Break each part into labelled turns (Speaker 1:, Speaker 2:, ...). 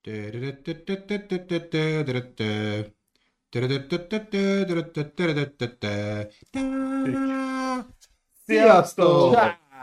Speaker 1: Sziasztok!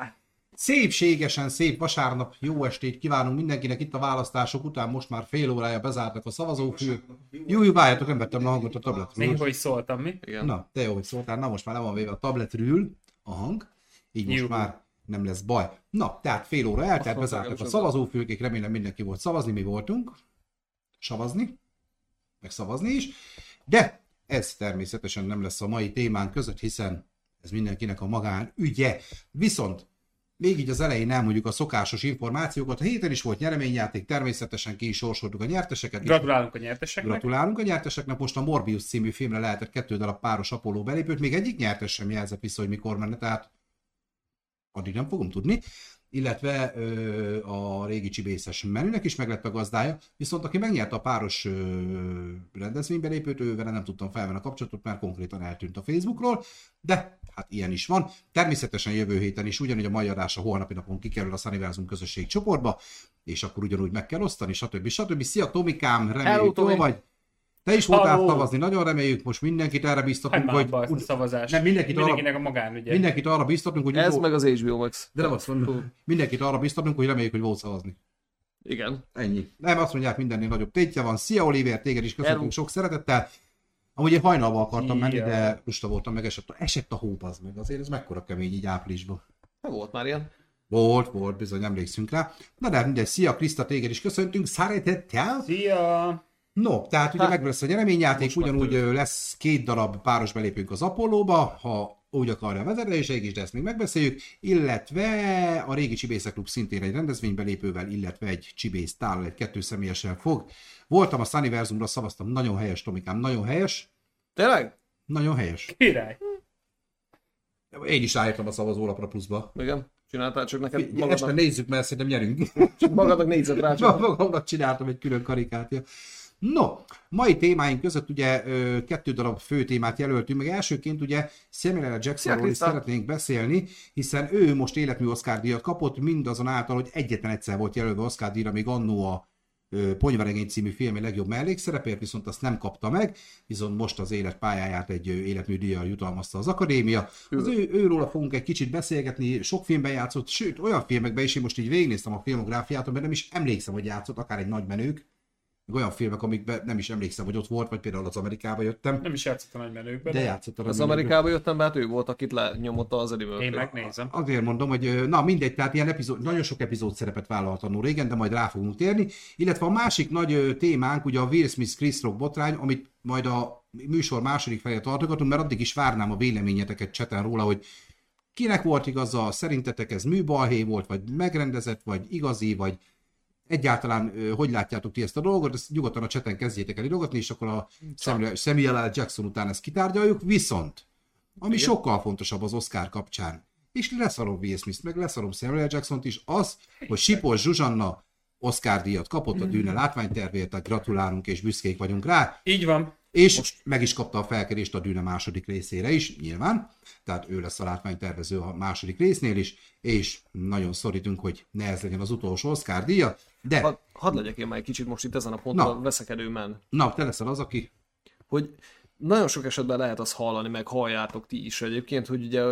Speaker 2: Szépségesen szép vasárnap, jó estét kívánunk mindenkinek itt a választások után, most már fél órája bezártak a szavazófül. Jó, várjátok, nem vettem a hangot a tabletről.
Speaker 1: Még hogy szóltam, mi?
Speaker 3: Igen.
Speaker 2: Na, te jó, hogy szóltál, na most már nem van véve a tabletről a hang, így most már nem lesz baj. Na, tehát fél óra eltelt, bezártak a szavazófülkék, remélem mindenki volt szavazni, mi voltunk. Savazni, meg szavazni is, de ez természetesen nem lesz a mai témánk között, hiszen ez mindenkinek a magán ügye. Viszont még így az elején elmondjuk a szokásos információkat. A héten is volt nyereményjáték, természetesen ki is sorsoltuk a nyerteseket.
Speaker 1: Gratulálunk a nyerteseknek.
Speaker 2: Gratulálunk a nyerteseknek. Most a Morbius című filmre lehetett 2 darab páros Apollo belépőt. Még egyik nyertes sem jelzett vissza, hogy mikor menne, tehát addig nem fogom tudni. Illetve a régi csibészes menünek is meglett a gazdája, viszont aki megnyerte a páros rendezvénybelépőt, ővel nem tudtam felvenni a kapcsolatot, mert konkrétan eltűnt a Facebookról, de hát ilyen is van. Természetesen jövő héten is ugyanúgy a mai adás a holnapi napon kikerül a Sunnyversum közösség csoportba, és akkor ugyanúgy meg kell osztani, stb. Szia Tomikám, reméljük jól vagy. Te is voltál szavazni, nagyon reméljük, most mindenkit erre biztatunk, hogy...
Speaker 1: a szavazás.
Speaker 2: Nem,
Speaker 1: mindenkinek a magánügye.
Speaker 2: Mindenkit arra biztatunk, hogy...
Speaker 3: Ez meg az HBO Max.
Speaker 2: De nem azt mondom, mindenkit arra biztatunk, hogy reméljük, hogy volt szavazni.
Speaker 3: Igen.
Speaker 2: Ennyi. Nem, azt mondják, mindennél nagyobb tétje van. Szia Oliver, téged is köszöntünk sok szeretettel. Amúgy én hajnalba akartam menni, de lusta voltam, meg esett a hó, az meg. Azért ez mekkora kemény így áprilisban.
Speaker 3: Volt már ilyen.
Speaker 2: Volt, bizony emlékszünk rá. Na de mindegy, szia Kriszta, téged is köszöntünk, szeretettel.
Speaker 1: Szia!
Speaker 2: No, tehát ugye meg lesz a nyereményjáték, ugyanúgy lesz 2 darab páros belépünk az Apollóba, ha úgy akarja a vezetőség is, de ezt még megbeszéljük, illetve a régi Csibészek Klub szintén egy rendezvénybelépővel, illetve egy csibész tállal, egy 2 személyesen fog. Voltam a Sunnyversumra, szavaztam, nagyon helyes, Tomikám, nagyon helyes.
Speaker 3: Tényleg?
Speaker 2: Nagyon helyes.
Speaker 1: Király!
Speaker 2: Én is ráírtam a szavazólapra pluszba.
Speaker 3: Igen. Csináltál csak neked
Speaker 2: Este
Speaker 3: magadnak.
Speaker 2: nézzük, mert szerintem nyerünk.
Speaker 3: Csak magadnak négyzet rá.
Speaker 2: Magamnak csináltam egy külön karikát. Ja. No, mai témáink között ugye 2 darab fő témát jelöltünk, meg elsőként ugye Samuel L. Jacksonról is szeretnénk beszélni, hiszen ő most életmű Oscar-díjat kapott, mindazonáltal, hogy egyetlen egyszer volt jelölve Oscar-díjra, még annó a Ponyvaregény című film legjobb mellékszerepért, viszont azt nem kapta meg, viszont most az életpályáját egy életműdíjjal jutalmazta az akadémia. Az őróla fogunk egy kicsit beszélgetni, sok filmben játszott, sőt olyan filmekben is, én most így végignéztem a filmográfiát, mert nem is emlékszem, hogy játszott, akár egy Nagymenők, olyan filmek, amikben nem is emlékszem, hogy ott volt, vagy például az Amerikába jöttem.
Speaker 1: Nem is játszott a Nagymenőkben.
Speaker 2: De játszott a
Speaker 3: Az Amerikába jöttem, mert ő volt, akit lenyomotta az Eddie Murphy.
Speaker 1: Én megnézem.
Speaker 2: Azért mondom, hogy na mindegy, tehát ilyen nagyon sok epizód szerepet vállalt annó régen, de majd rá fogunk térni. Illetve a másik nagy témánk, ugye a Will Smith Chris Rock botrány, amit majd a műsor második felé tartogatunk, mert addig is várnám a véleményeteket chaten róla, hogy kinek volt igaza, szerintetek ez műbalhé volt, vagy megrendezett, vagy igazi, vagy egyáltalán hogy látjátok ti ezt a dolgot, ezt nyugodtan a chaten kezdjétek el írogatni, és akkor a Samuel L. Jackson után ezt kitárgyaljuk, viszont ami sokkal fontosabb az Oscar kapcsán, és leszarom Will Smith, meg leszarom Samuel L. Jacksont is, az, hogy Sipos Zsuzsanna Oscar-díjat kapott a Dűne látványtervéért, tehát gratulálunk és büszkék vagyunk rá.
Speaker 1: Így van.
Speaker 2: És most meg is kapta a felkérést a Dűne második részére is, nyilván. Tehát ő lesz a látványtervező a második résznél is, és nagyon szorítunk, hogy ne ez legyen az utolsó Oscar díja, de...
Speaker 3: Hadd legyek én már egy kicsit most itt ezen a ponton veszekedőmen.
Speaker 2: Na, te leszel az, aki...
Speaker 3: Hogy nagyon sok esetben lehet azt hallani, meg halljátok ti is egyébként, hogy ugye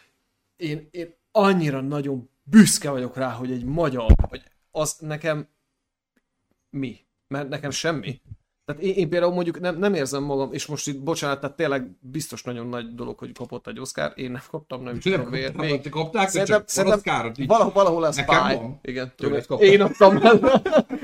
Speaker 3: én annyira nagyon büszke vagyok rá, hogy egy magyar, hogy az nekem mi? Mert nekem semmi. Tehát én például mondjuk nem érzem magam, és most itt bocsánat, tehát tényleg biztos nagyon nagy dolog, hogy kapott egy Oscar. Én nem kaptam, nem is tudom miért.
Speaker 2: Még kapták, szerintem
Speaker 3: valahol ez fáj.
Speaker 2: Van.
Speaker 3: Igen,
Speaker 2: én
Speaker 3: adtam el.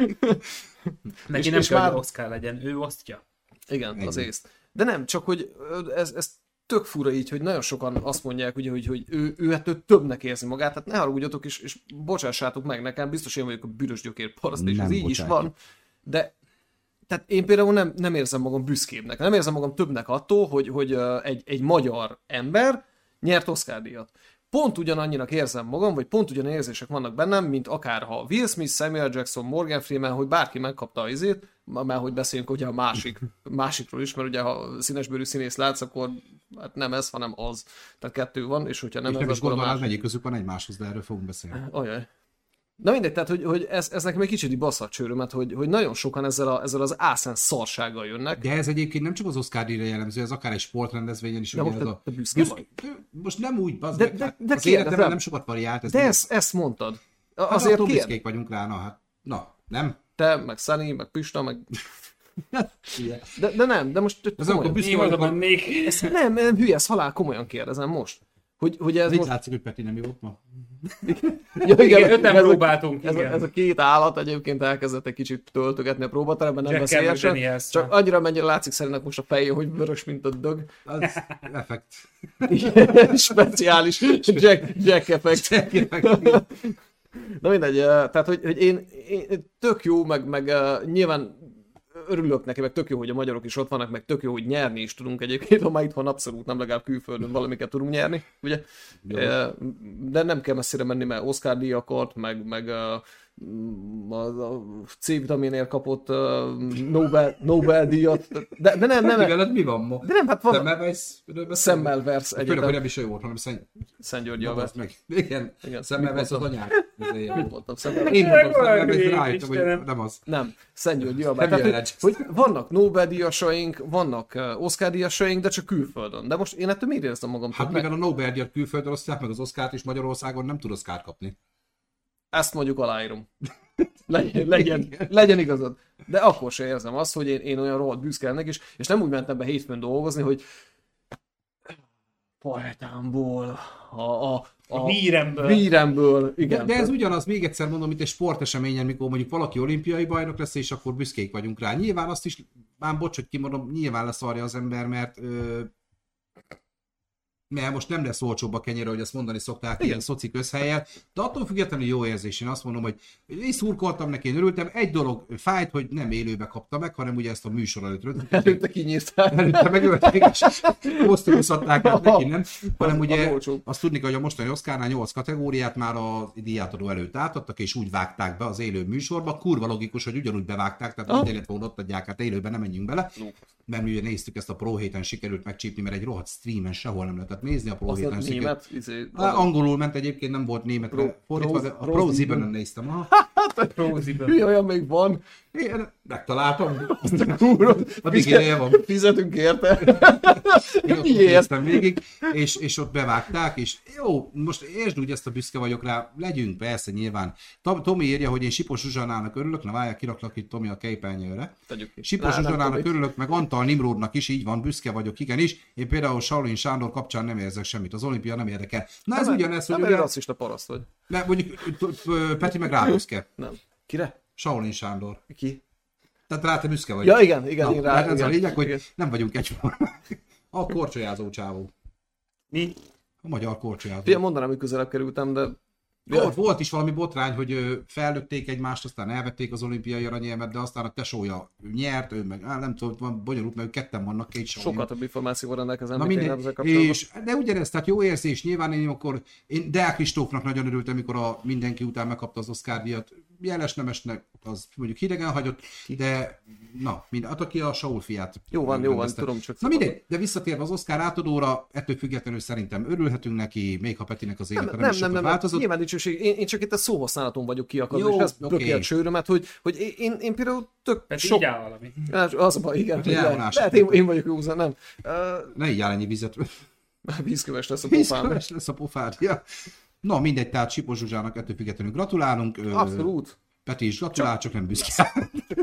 Speaker 1: Neki nem kell, hogy Oscar legyen, ő osztja.
Speaker 3: Igen, az észt. De nem, csak hogy ez tök fura így, hogy nagyon sokan azt mondják, ugye, hogy ő ettől többnek érzi magát, tehát ne haragudjatok, és bocsássátok meg nekem, biztos én vagyok a büdös gyökér paraszt, és ez így is van, de tehát én például nem érzem magam büszkébbnek, nem érzem magam többnek attól, hogy egy magyar ember nyert Oscar-díjat. Pont ugyanannyinak érzem magam, vagy pont ugyan érzések vannak bennem, mint akárha Will Smith, Samuel Jackson, Morgan Freeman, hogy bárki megkapta az izét, mert hogy beszéljünk ugye a másikról is, mert ugye ha színesbőrű színész látsz, akkor hát nem ez, hanem az. Tehát 2 van, és hogyha nem
Speaker 2: és
Speaker 3: ez,
Speaker 2: nem is
Speaker 3: akkor a
Speaker 2: gondolnád,
Speaker 3: másik.
Speaker 2: melyik közük van egymáshoz, de erről fogunk beszélni.
Speaker 3: Ajaj. Na mindegy, tehát hogy ez nekem egy kicsit bassza a csőrömet, hogy nagyon sokan ezzel az álszent szarsággal jönnek.
Speaker 2: De ez egyébként nem csak az Oscar-díjra jellemző, ez akár egy sportrendezvényen is.
Speaker 3: De
Speaker 2: ugye
Speaker 3: most te büszke vagy?
Speaker 2: Most nem úgy,
Speaker 3: De
Speaker 2: az életemben nem sokat variált.
Speaker 3: De ezt mondtad.
Speaker 2: Hát
Speaker 3: Azért
Speaker 2: büszkék vagyunk rá, na, nem?
Speaker 3: Te, meg Sunny, meg Pista, meg... de nem, de most...
Speaker 2: Ez akkor büszke
Speaker 1: vagyok,
Speaker 3: mennék. Nem, hülye, ezt halál komolyan kérdezem most. Hogy ez
Speaker 2: most... látszik, hogy Peti nem jó ma.
Speaker 3: Ja, igen,
Speaker 1: öten próbáltunk.
Speaker 3: Ez a két állat egyébként elkezdett egy kicsit töltögetni a próbateremben, nem veszélyesen. Csak annyira mennyire látszik szerintem most a fején, hogy vörös, mint a dög.
Speaker 2: Az effekt.
Speaker 3: Speciális Jack effekt. Na mindegy, tehát hogy én tök jó, meg nyilván örülök neki, meg tök jó, hogy a magyarok is ott vannak, meg tök jó, hogy nyerni is tudunk egyébként, ha már itthon abszolút nem, legalább külföldön valamiket tudunk nyerni, ugye? De nem kell messzire menni, mert Oscar-díjakat, meg a C-vitaminért kapott Nobel-díjat, de nem.
Speaker 2: Veled mi van ma?
Speaker 3: De nem, hát van...
Speaker 2: Semmelweis egyetem. Főleg, hogy nem is ő volt, hanem
Speaker 3: Szent György Albert.
Speaker 2: Igen. Semmelweis az anyák.
Speaker 3: Mit mondtam? Semmelweis.
Speaker 2: Én mondtam Semmelweis, rájöttem, hogy nem az.
Speaker 3: Nem, Szent György Albert. Hogy vannak Nobel-díjasaink, vannak Oscar-díjasaink, de csak külföldön. De most én ettől miért éreztem magam?
Speaker 2: Hát mivel a Nobel-díjat külföldön osztják, meg az Oscart is Magyarországon nem tud Oscart kapni.
Speaker 3: Ezt mondjuk aláírom. Legyen igazad. De akkor se érzem azt, hogy én olyan rohadt büszke ennek is, és nem úgy mentem be hétfőn dolgozni, hogy Pajtámból,
Speaker 1: a híremből.
Speaker 3: Híremből, igen.
Speaker 2: De ez ugyanaz, még egyszer mondom, mint egy sporteseményen, mikor mondjuk valaki olimpiai bajnok lesz, és akkor büszkék vagyunk rá. Nyilván azt is, már bocs, hogy kimondom, nyilván leszarja az ember, mert most nem lesz olcsóbb a kenyére, hogy ezt mondani szokták, igen, ilyen szoci közhelyen, de attól függetlenül jó érzés. Én azt mondom, hogy én szurkoltam neki, én örültem. Egy dolog fájt, hogy nem élőbe kapta meg, hanem ugye ezt a műsor előtt rögtön.
Speaker 3: Előtte kinyírták.
Speaker 2: Előtte megölték, és posztumuszatták át neki, nem? Hanem ugye azt tudni, hogy a mostani Oscarnál 8 kategóriát már a díjátadó előtt átadtak, és úgy vágták be az élő műsorba. Kurva logikus, hogy ugyanúgy bevágták, tehát minden lett volna ott adják, hát élőben nem menjünk bele. Mert mi ugye néztük ezt a Pro héten, sikerült megcsípni, mert egy rohadt streamen sehol nem lehetett nézni a Pro héten.
Speaker 3: Német?
Speaker 2: Angolul ment egyébként, nem volt német. A Pro-Zibben néztem.
Speaker 3: Hát Pro-Zibben. Olyan még van.
Speaker 2: Én megtaláltam.
Speaker 3: Addig ideje van. Fizetünk érte.
Speaker 2: Én ott néztem végig, és ott bevágták, és jó, most értsd úgy, ezt a büszke vagyok rá, legyünk, persze, nyilván. Tomi írja, hogy én Sipos Zsuzsanának örülök, na várjál, kiraklak itt Tomi a képernyőre. Sipos Zsuzsanának örülök, meg Antal Nimrodnak is, így van, büszke vagyok, igenis. Én például Shaolin Sándor kapcsán nem érzek semmit, az olimpia nem érdekel. Na ez ugyanez, hogy...
Speaker 3: Nem rasszista paraszt vagy.
Speaker 2: Mert mondjuk Peti meg rá büszke.
Speaker 3: Nem. Kire?
Speaker 2: Shaolin Sándor.
Speaker 3: Ki?
Speaker 2: Tehát rá te büszke vagy.
Speaker 3: Ja, igen, én rá.
Speaker 2: Ez a lényeg, hogy nem vagyunk egyformák. A korcsolyázó csávó.
Speaker 1: Mi?
Speaker 2: A magyar korcsolyázó.
Speaker 3: Fia, mondanám, hogy közelebb kerültem, de...
Speaker 2: Volt is valami botrány, hogy fellökték egymást, aztán elvették az olimpiai aranyérmet, de aztán a tesója nyert, ő meg, nem tudom, van bonyolult, mert ők ketten vannak, két Shaolin.
Speaker 3: Sokkal több információval rendelkezem,
Speaker 2: mint én ezzel kapcsolatban. De ugyanez, tehát jó érzés, nyilván én Deák Kristófnak nagyon örültem, amikor a mindenki után megkapta az Oscar-díjat. Jeles Nemesnek az mondjuk hidegen hagyott, de na, aki a Saul fiát.
Speaker 3: Jó van, tudom csak.
Speaker 2: Na mindegy, de visszatérve az Oscar átadóra, ettől függetlenül szerintem örülhetünk neki, még ha Petinek az élete nem is sokat változott.
Speaker 3: Nyilván dicsőség, én csak itt a szóhasználaton vagyok kiakadva, és ez böki a csőrömet, hogy én például tök
Speaker 1: Peti,
Speaker 3: sok...
Speaker 1: így áll valami.
Speaker 3: Az baj, igen. Tehát én vagyok józan, nem.
Speaker 2: Ne így áll ennyi vizet.
Speaker 3: Vízköves lesz a pofám.
Speaker 2: Vízköves lesz a pofád, ja. Na mindegy, tehát Sipos Zsuzsának ettől függetlenül gratulálunk.
Speaker 3: Abszolút.
Speaker 2: Peti is gratulál, csak nem büszke.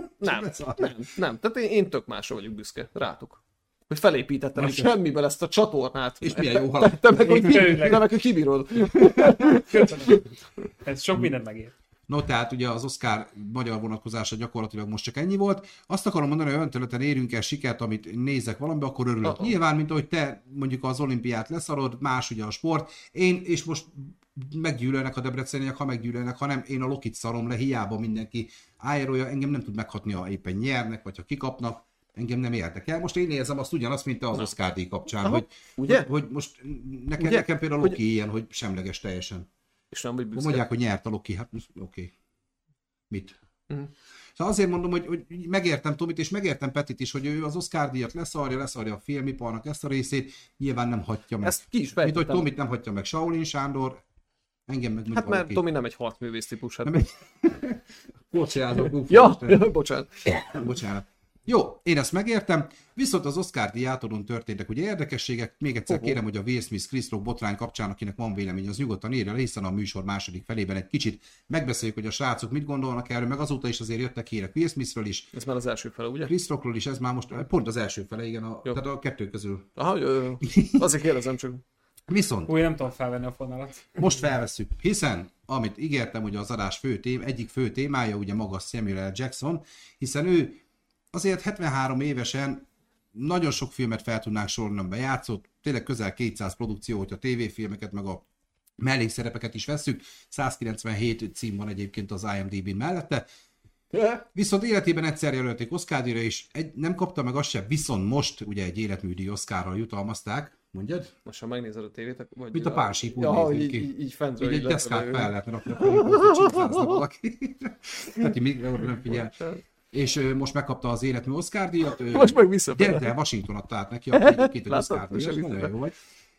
Speaker 3: Nem. Tehát én tök másra vagyok büszke. Rátok. Hogy felépítettem semmiben ezt a csatornát.
Speaker 2: És milyen jó halad.
Speaker 3: Te meg, hogy kibírod.
Speaker 1: Köszönöm. Ez sok mindent megér.
Speaker 2: No, tehát ugye az Oscar magyar vonatkozása gyakorlatilag most csak ennyi volt. Azt akarom mondani, hogy olyan területen érünk el sikert, amit nézek valamibe, akkor örülök. Nyilván, mint ahogy te mondjuk az olimpiát leszarod, más ugye a sport. Én, és most meggyűlölnek a debreceniek, ha meggyűlölnek, hanem én a Lokit szarom le, hiába mindenki ájárolja, engem nem tud meghatni, ha éppen nyernek, vagy ha kikapnak, engem nem érdekel. Most én érzem azt ugyanazt, mint te az Oscar-díj kapcsán, hogy most nekem például a Loki ilyen, hogy semleges teljesen.
Speaker 3: És nem vagy büszke.
Speaker 2: Mondják, hogy nyert a Loki, hát oké. Mit? Szóval azért mondom, hogy megértem Tomit, és megértem Petit is, hogy ő az Oscar-díjat leszarja a filmiparnak ezt a részét, nyilván nem hagyja meg.
Speaker 3: Ezt ki is
Speaker 2: fejtettem. Mint hogy Tomit nem hagyja meg Shaolin Sándor, Engem meg
Speaker 3: Hát mert Tomi nem egy harcművész típus. Hát.
Speaker 2: Bocsánat.
Speaker 3: Ja, bocsánat.
Speaker 2: Bocsánat. Jó, én ezt megértem, viszont az Oscar-díj átadón történtek ugye érdekességek. Még egyszer kérem, hogy a Will Smith Chris Rock botrány kapcsán, akinek van vélemény, az nyugodtan írja, hiszen a műsor második felében egy kicsit megbeszéljük, hogy a srácok mit gondolnak erről, meg azóta is azért jöttek hírek Will Smithről is.
Speaker 3: Ez már az első fele, ugye?
Speaker 2: Chris Rockról is, ez már most pont az első fele, igen, tehát a kettő közül.
Speaker 3: Aha, jó. Azért kérdezem csak.
Speaker 2: Viszont
Speaker 1: Új, nem tudom felvenni a fonalat.
Speaker 2: most felvesszük, hiszen, amit ígértem, hogy az adás egyik fő témája, ugye maga Samuel L. Jackson, hiszen ő azért 73 évesen nagyon sok filmet fel tudnánk sorolni, bejátszott, tényleg közel 200 produkció, hogy a tévéfilmeket, meg a mellékszerepeket is vesszük, 197 cím van egyébként az IMDb-n mellette, viszont életében egyszer jelölték Oscar-díjra, és nem kapta meg azt sem, viszont most ugye egy életműdíj Oscarral jutalmazták. Mondjad?
Speaker 3: Most ha megnézed a tévét, vagy...
Speaker 2: Mint a pánsíp, úgy nézik ki.
Speaker 3: Így fentről.
Speaker 2: Így egy deszkát fel lehetne rakni, hogy csípázna valaki. Tehát még nem figyel. És most megkapta az életmű Oscar-díjat.
Speaker 3: Most meg visszafele.
Speaker 2: De Washington adta át neki, aki egyébként egy Oscar-díjat. Nagyon jó vagy.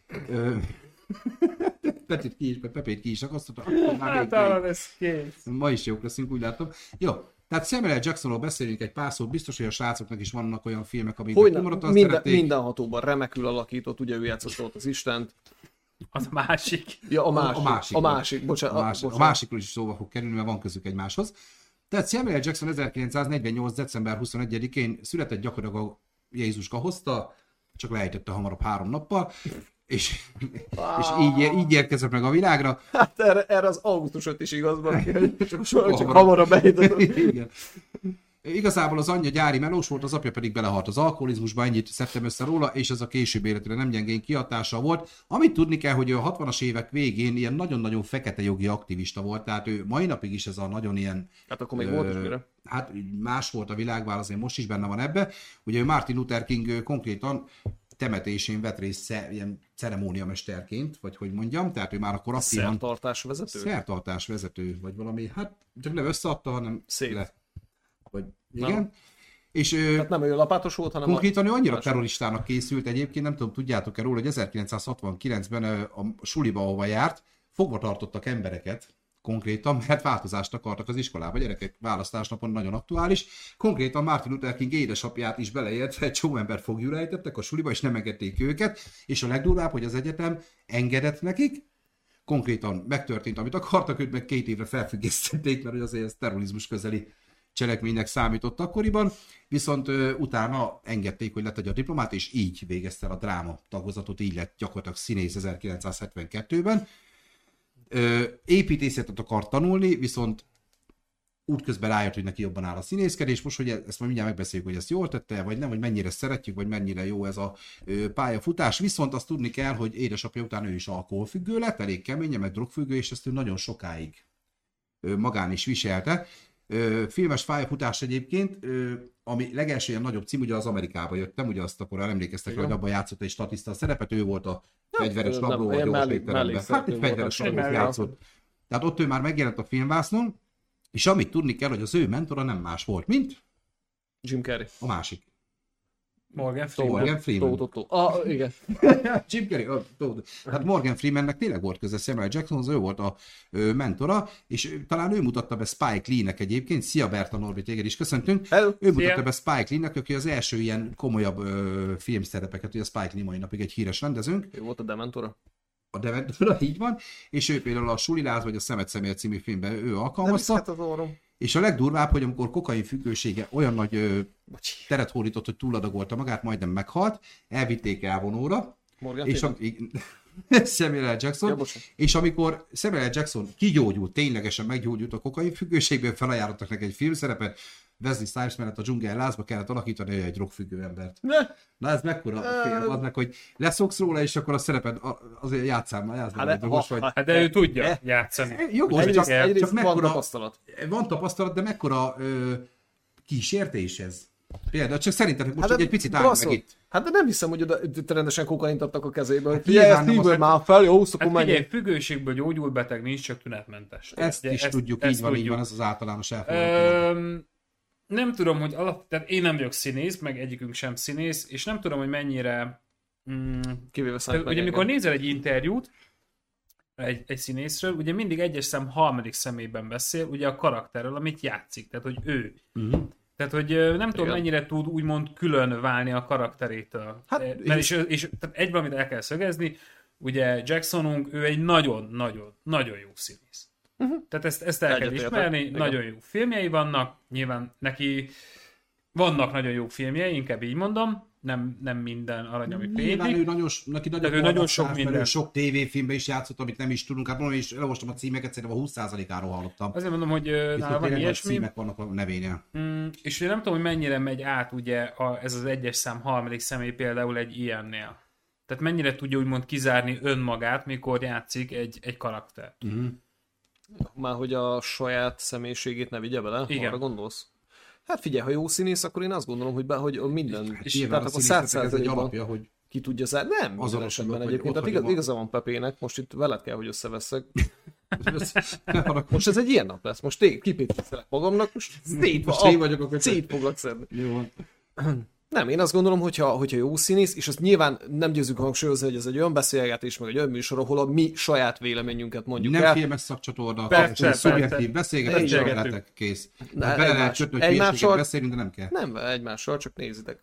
Speaker 2: Pepét ki is akasztotta.
Speaker 1: Hát arra lesz kész.
Speaker 2: Ma is jók leszünk, úgy látom. Jó. Tehát Samuel L. Jacksonról beszélünk egy pár szót, biztos, hogy a srácoknak is vannak olyan filmek, amikben kimaradtan szerették.
Speaker 3: Mindenhatóban remekül alakított, ugye ő játszott ott az Istent.
Speaker 1: Az a másik.
Speaker 3: Ja, a másik. Bocsánat.
Speaker 2: A másikról is szóba fog kerülni, mert van közük egymáshoz. Tehát Samuel L. Jackson 1948. december 21-én született, gyakorlatilag a Jézuska hozta, csak lejtette hamarabb 3 nappal, és így érkezett meg a világra.
Speaker 3: Hát erre az augusztus 5 is igaz van, hogy csak hamarabb bejutott.
Speaker 2: Igen. Igazából az anyja gyári melós volt, az apja pedig belehalt az alkoholizmusba, ennyit szedtem össze róla, és ez a később életére nem gyengén kihatása volt. Amit tudni kell, hogy a 60-as évek végén ilyen nagyon-nagyon fekete jogi aktivista volt, tehát ő mai napig is ez a nagyon ilyen...
Speaker 3: Hát akkor még volt is mire.
Speaker 2: Hát más volt a világvál, azért most is benne van ebbe. Ugye Martin Luther King konkrétan temetésén vett részt ilyen ceremóniamesterként, vagy hogy mondjam, tehát ő már akkor aktívan...
Speaker 3: Szertartásvezető?
Speaker 2: Szertartásvezető, vagy valami, hát csak nem összeadta, hanem...
Speaker 3: Szép.
Speaker 2: Vagy, igen. Nem. És
Speaker 3: tehát nem ő lapátos volt, hanem
Speaker 2: konkrétan ő annyira terroristának készült egyébként, nem tudom, tudjátok-e róla, hogy 1969-ben a suliba, ahova járt, fogva tartottak embereket, konkrétan, mert változást akartak az iskolába. Gyerekek, választásnapon nagyon aktuális. Konkrétan Martin Luther King édesapját is beleértve egy csomó ember foglyúra ejtettek a suliba, és nem engedték őket. És a legdurvább, hogy az egyetem engedett nekik, konkrétan megtörtént, amit akartak, őt meg 2 évre felfüggesztették, mert azért ez terrorizmus közeli cselekménynek számított akkoriban, viszont utána engedték, hogy letegye a diplomát, és így végezte el a dráma tagozatot, így lett gyakorlatilag színész 1972-ben. Építészetet akart tanulni, viszont útközben rájött, hogy neki jobban áll a színészkedés. Most, hogy ezt majd mindjárt megbeszéljük, hogy ezt jól tette, vagy nem, hogy mennyire szeretjük, vagy mennyire jó ez a pályafutás. Viszont azt tudni kell, hogy édesapja után ő is alkoholfüggő lett, elég keményen, meg drogfüggő, és ezt ő nagyon sokáig magán is viselte. Filmes pályafutás egyébként, ami legelső ilyen nagyobb cím, ugye az Amerikába jöttem, ugye azt akkor emlékeztek, hogy abban játszott egy statiszta szerepet, ő volt a fegyveres rabló, vagy gyors légteremben. Hát egy fegyveres rablót játszott. Tehát ott ő már megjelent a filmvásznon, és amit tudni kell, hogy az ő mentora nem más volt, mint
Speaker 3: Jim Carrey.
Speaker 2: A másik.
Speaker 1: Morgan Freeman.
Speaker 3: Igen.
Speaker 2: Jim Carrey. Hát Morgan Freemannek tényleg volt köze Samuel Jacksonhoz, ő volt a mentora, és talán ő mutatta be Spike Lee-nek egyébként. Szia Berta Norbi, téged is köszöntünk.
Speaker 3: Hello.
Speaker 2: Ő mutatta be Spike Lee-nek, aki az első ilyen komolyabb filmszerepeket, ugye Spike Lee mai napig egy híres rendezőnk.
Speaker 3: Ő volt a Dementora.
Speaker 2: A Dementora, így van, és ő például a Suliláz vagy a Szemet Személy című filmben ő alkalmazta. És a legdurvább, hogy amikor kokain függősége olyan nagy teret hódított, hogy túladagolta magát, majdnem meghalt, elvitték elvonóra, és Samuel L. Jackson, és amikor Samuel L. Jackson kigyógyult, ténylegesen meggyógyult a kokain függőségből, felajánlottak neki egy filmszerepet, Wesley Snipes mellett a Dzsungel Lázba kellett alakítani egy drogfüggő embert. Na ez mekkora film az meg, hogy leszoksz róla, és akkor a szerepet azért játszál már,
Speaker 1: Hát de ő tudja játszani.
Speaker 2: Jogos, csak mekkora,
Speaker 3: van tapasztalat.
Speaker 2: Van tapasztalat, de mekkora kísértés ez? Például, csak szerinted most egy picit állj meg itt.
Speaker 3: Hát de nem hiszem, hogy oda rendesen kokaint adtak a kezébe.
Speaker 2: Hát
Speaker 3: Figyelj, már fel, jó, akkor
Speaker 1: menjél. Figyelj, függőségből gyógyult beteg nincs, csak tünetmentes.
Speaker 2: Ezt is tudjuk, így van, ez az általános elfogadás.
Speaker 1: Nem tudom, hogy tehát én nem vagyok színész, meg egyikünk sem színész, és nem tudom, hogy mennyire...
Speaker 3: Kivéve Szájt
Speaker 1: ugye amikor nézel egy interjút, egy színészről, ugye mindig egyes szám harmadik személyben beszél, ugye a karakterről, amit játszik, tehát hogy ő. Tehát, hogy nem tudom, mennyire tud úgymond külön válni a karakterétől. Hát, mert és tehát egy valamit el kell szögezni, ugye Jacksonunk, ő egy nagyon jó színész. Tehát ezt el kell ismerni, nagyon jó filmjei vannak, nyilván neki vannak nagyon jó filmjei, inkább így mondom, nem minden arany, ami félig.
Speaker 2: Neki nagyon sok minden. Sok tévéfilmben is játszott, amit nem is tudunk. Hát mondom, és elolvastam a címeket, szerintem a 20%-áról hallottam.
Speaker 1: Azért mondom, hogy nála van ilyesmi.
Speaker 2: Címek vannak a nevénél.
Speaker 1: És ugye nem tudom, hogy mennyire megy át ugye ez az egyes szám harmadik személy például egy ilyennél. Tehát mennyire tudja úgymond kizárni önmagát, mikor játszik egy karakter.
Speaker 3: Már hogy a saját személyiségét ne vigye bele?
Speaker 1: Igen.
Speaker 3: Arra gondolsz? Hát figyelj, ha jó színész, akkor én azt gondolom, hogy minden...
Speaker 2: És nyilván a színésznek ez egy alapja, hogy...
Speaker 3: Ki tudja zárni? Nem, minden esetben egyébként. Tehát igaza van Pepének, most itt veled kell, hogy összeveszek. Most ez egy ilyen nap lesz. Most kipétészelek magamnak, most szét foglak szedni.
Speaker 2: Jó.
Speaker 3: Nem, én azt gondolom, hogyha jó színész, és azt nyilván nem győzünk hangsúlyozni, hogy ez egy olyan beszélgetés, meg egy olyan műsor, ahol a mi saját véleményünket mondjuk
Speaker 2: nem
Speaker 3: el.
Speaker 2: Nem filmes szakcsatorna, szubjektív beszélgetés, veletek kész. Bele lehet kötni, hogy hülyeséget beszélünk, de nem kell.
Speaker 3: Nem egymással, csak nézitek.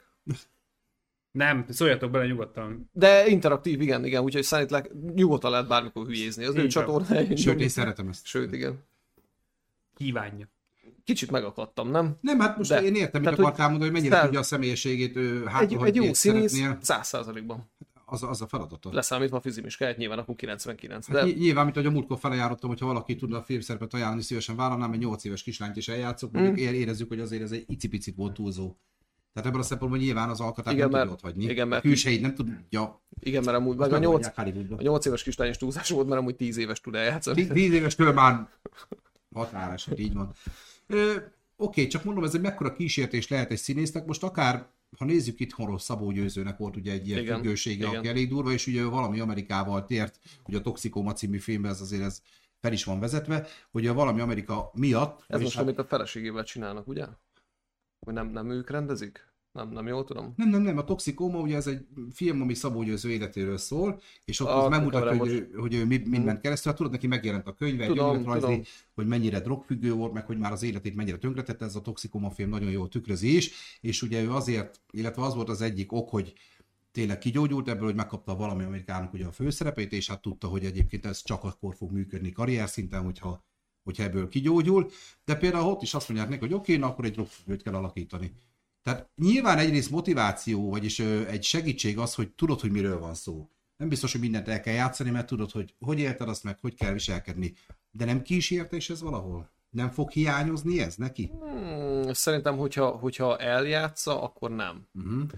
Speaker 1: Nem, szóljatok bele nyugodtan.
Speaker 3: De interaktív, igen, úgyhogy szerintem nyugodtan lehet bármikor hülyézni. Az ő csatornája.
Speaker 2: Sőt, én szeretem ezt.
Speaker 3: Sőt, igen.
Speaker 1: Kívánja.
Speaker 3: Kicsit megakadtam, nem?
Speaker 2: Nem, hát most én értem, mit akartál mondani, hogy mennyire tudja a személyiségét
Speaker 3: egy jó színész 100%-ban.
Speaker 2: Az a feladata.
Speaker 3: Leszámítva a fizimiskáját, nyilván akkor 99.
Speaker 2: Hát nyilván, mint hogy a múltkor felajánlottam, hogyha valaki tudna a filmszerepet ajánlani, szívesen vállalnám, egy 8 éves kislányt is eljátszok, érezzük, hogy azért ez egy icipicit volt túlzó. Tehát ebből a szempontból nyilván az alkatát nem tudja ott hagyni.
Speaker 3: Igen, mert
Speaker 2: külsejét nem tudja.
Speaker 3: Igen, mert amúgy meg a 8 éves kislány is túlzás volt, mert amúgy 10 éves tud eljátszani.
Speaker 2: 10 évestől már határos, így van. Oké, csak mondom, ez egy mekkora kísértés lehet egy színésznek. Most akár, ha nézzük itthonról, Szabó Győzőnek volt ugye egy ilyen függősége, aki elég durva, és ugye valami Amerikával tért, ugye a Toxicoma című filmben ez fel is van vezetve, hogy valami Amerika miatt...
Speaker 3: Ez most, amit a feleségével csinálnak, ugye? Hogy nem ők rendezik? Nem jól tudom?
Speaker 2: Nem, a Toxicoma ugye ez egy film, ami Szabó Győző életéről szól, és ott az megmutatja, hogy ő mindent keresztül, hát tudod, neki megjelent a könyve, egy önéletrajzi, hogy mennyire drogfüggő volt, meg hogy már az életét mennyire tönkretette, ez a Toxicoma film nagyon jól tükrözi is, és ugye ő azért, illetve az volt az egyik ok, hogy tényleg kigyógyult ebből, hogy megkapta valami Amerikának ugye a főszerepét, és hát tudta, hogy egyébként ez csak akkor fog működni karrier szinten, hogyha ebből kigyógyul, de például ott is azt mondják neki, hogy oké, na akkor egy drogfüggőt kell alakítani. Tehát nyilván egyrészt motiváció, vagyis egy segítség az, hogy tudod, hogy miről van szó. Nem biztos, hogy mindent el kell játszani, mert tudod, hogy élted azt meg, hogy kell viselkedni. De nem kísértés ez valahol? Nem fog hiányozni ez neki?
Speaker 3: Szerintem, hogyha eljátsza, akkor nem.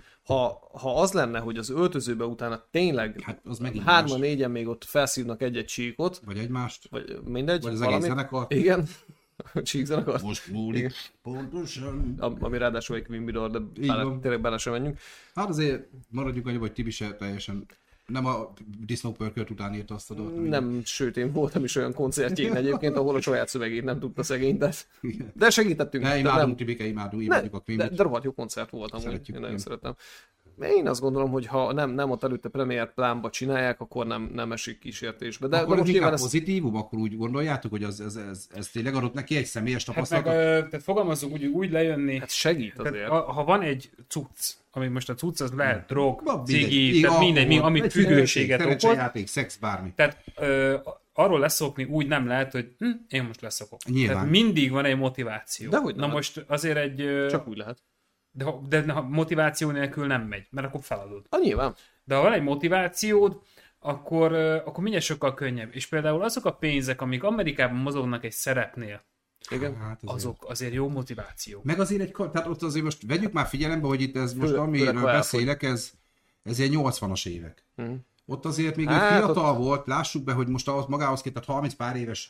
Speaker 3: Ha az lenne, hogy az öltözőbe utána tényleg
Speaker 2: hát az
Speaker 3: 3-4-en még ott felszívnak egy csíkot.
Speaker 2: Vagy egymást.
Speaker 3: Vagy mindegy.
Speaker 2: Vagy az egész zenekar.
Speaker 3: Igen. Csíkzenekar.
Speaker 2: Most múlik. Pontosan.
Speaker 3: Ami ráadásul egy Wimbledon, de tényleg bele sem menjünk.
Speaker 2: Hát azért maradjunk annyi, hogy Tibi se teljesen nem a disznópörkölt után írta azt a dolgot.
Speaker 3: Nem, sőt, én voltam is olyan koncertjén egyébként, ahol a saját szövegét nem tudta szegény, de segítettünk.
Speaker 2: Ne, imádunk Tibike, imádjuk a Queen-et.
Speaker 3: De rohadt jó koncert voltam, én nagyon szeretem. Én azt gondolom, hogy ha nem ott előtte premier plánba csinálják, akkor nem esik kísértésbe. De
Speaker 2: akkor inkább pozitívum, akkor úgy gondoljátok, hogy ez tényleg adott neki egy személyes tapasztalatot?
Speaker 1: Tehát fogalmazzunk úgy lejönni.
Speaker 3: Hát segít azért.
Speaker 1: Ha van egy cucc, ami most a cucc az lehet drog, cigi, tehát mindegy, ami függőséget okoz.
Speaker 2: Szerencsejáték, szex, bármi.
Speaker 1: Tehát arról leszokni úgy nem lehet, hogy én most leszokok.
Speaker 2: Nyilván.
Speaker 1: Tehát mindig van egy motiváció.
Speaker 3: Dehogy
Speaker 1: na most azért egy...
Speaker 3: Csak úgy lehet.
Speaker 1: De ha motiváció nélkül nem megy, mert akkor feladod.
Speaker 3: Nyilván.
Speaker 1: De ha van egy motivációd, akkor mindjárt sokkal könnyebb. És például azok a pénzek, amik Amerikában mozognak egy szerepnél,
Speaker 3: igen.
Speaker 2: Hát
Speaker 1: azok azért jó motiváció.
Speaker 2: Meg azért tehát ott azért most vegyük már figyelembe, hogy itt ez most amiről beszélek, ez ilyen 80-as évek. Ott azért még fiatal volt, lássuk be, hogy most magához képest 30 pár éves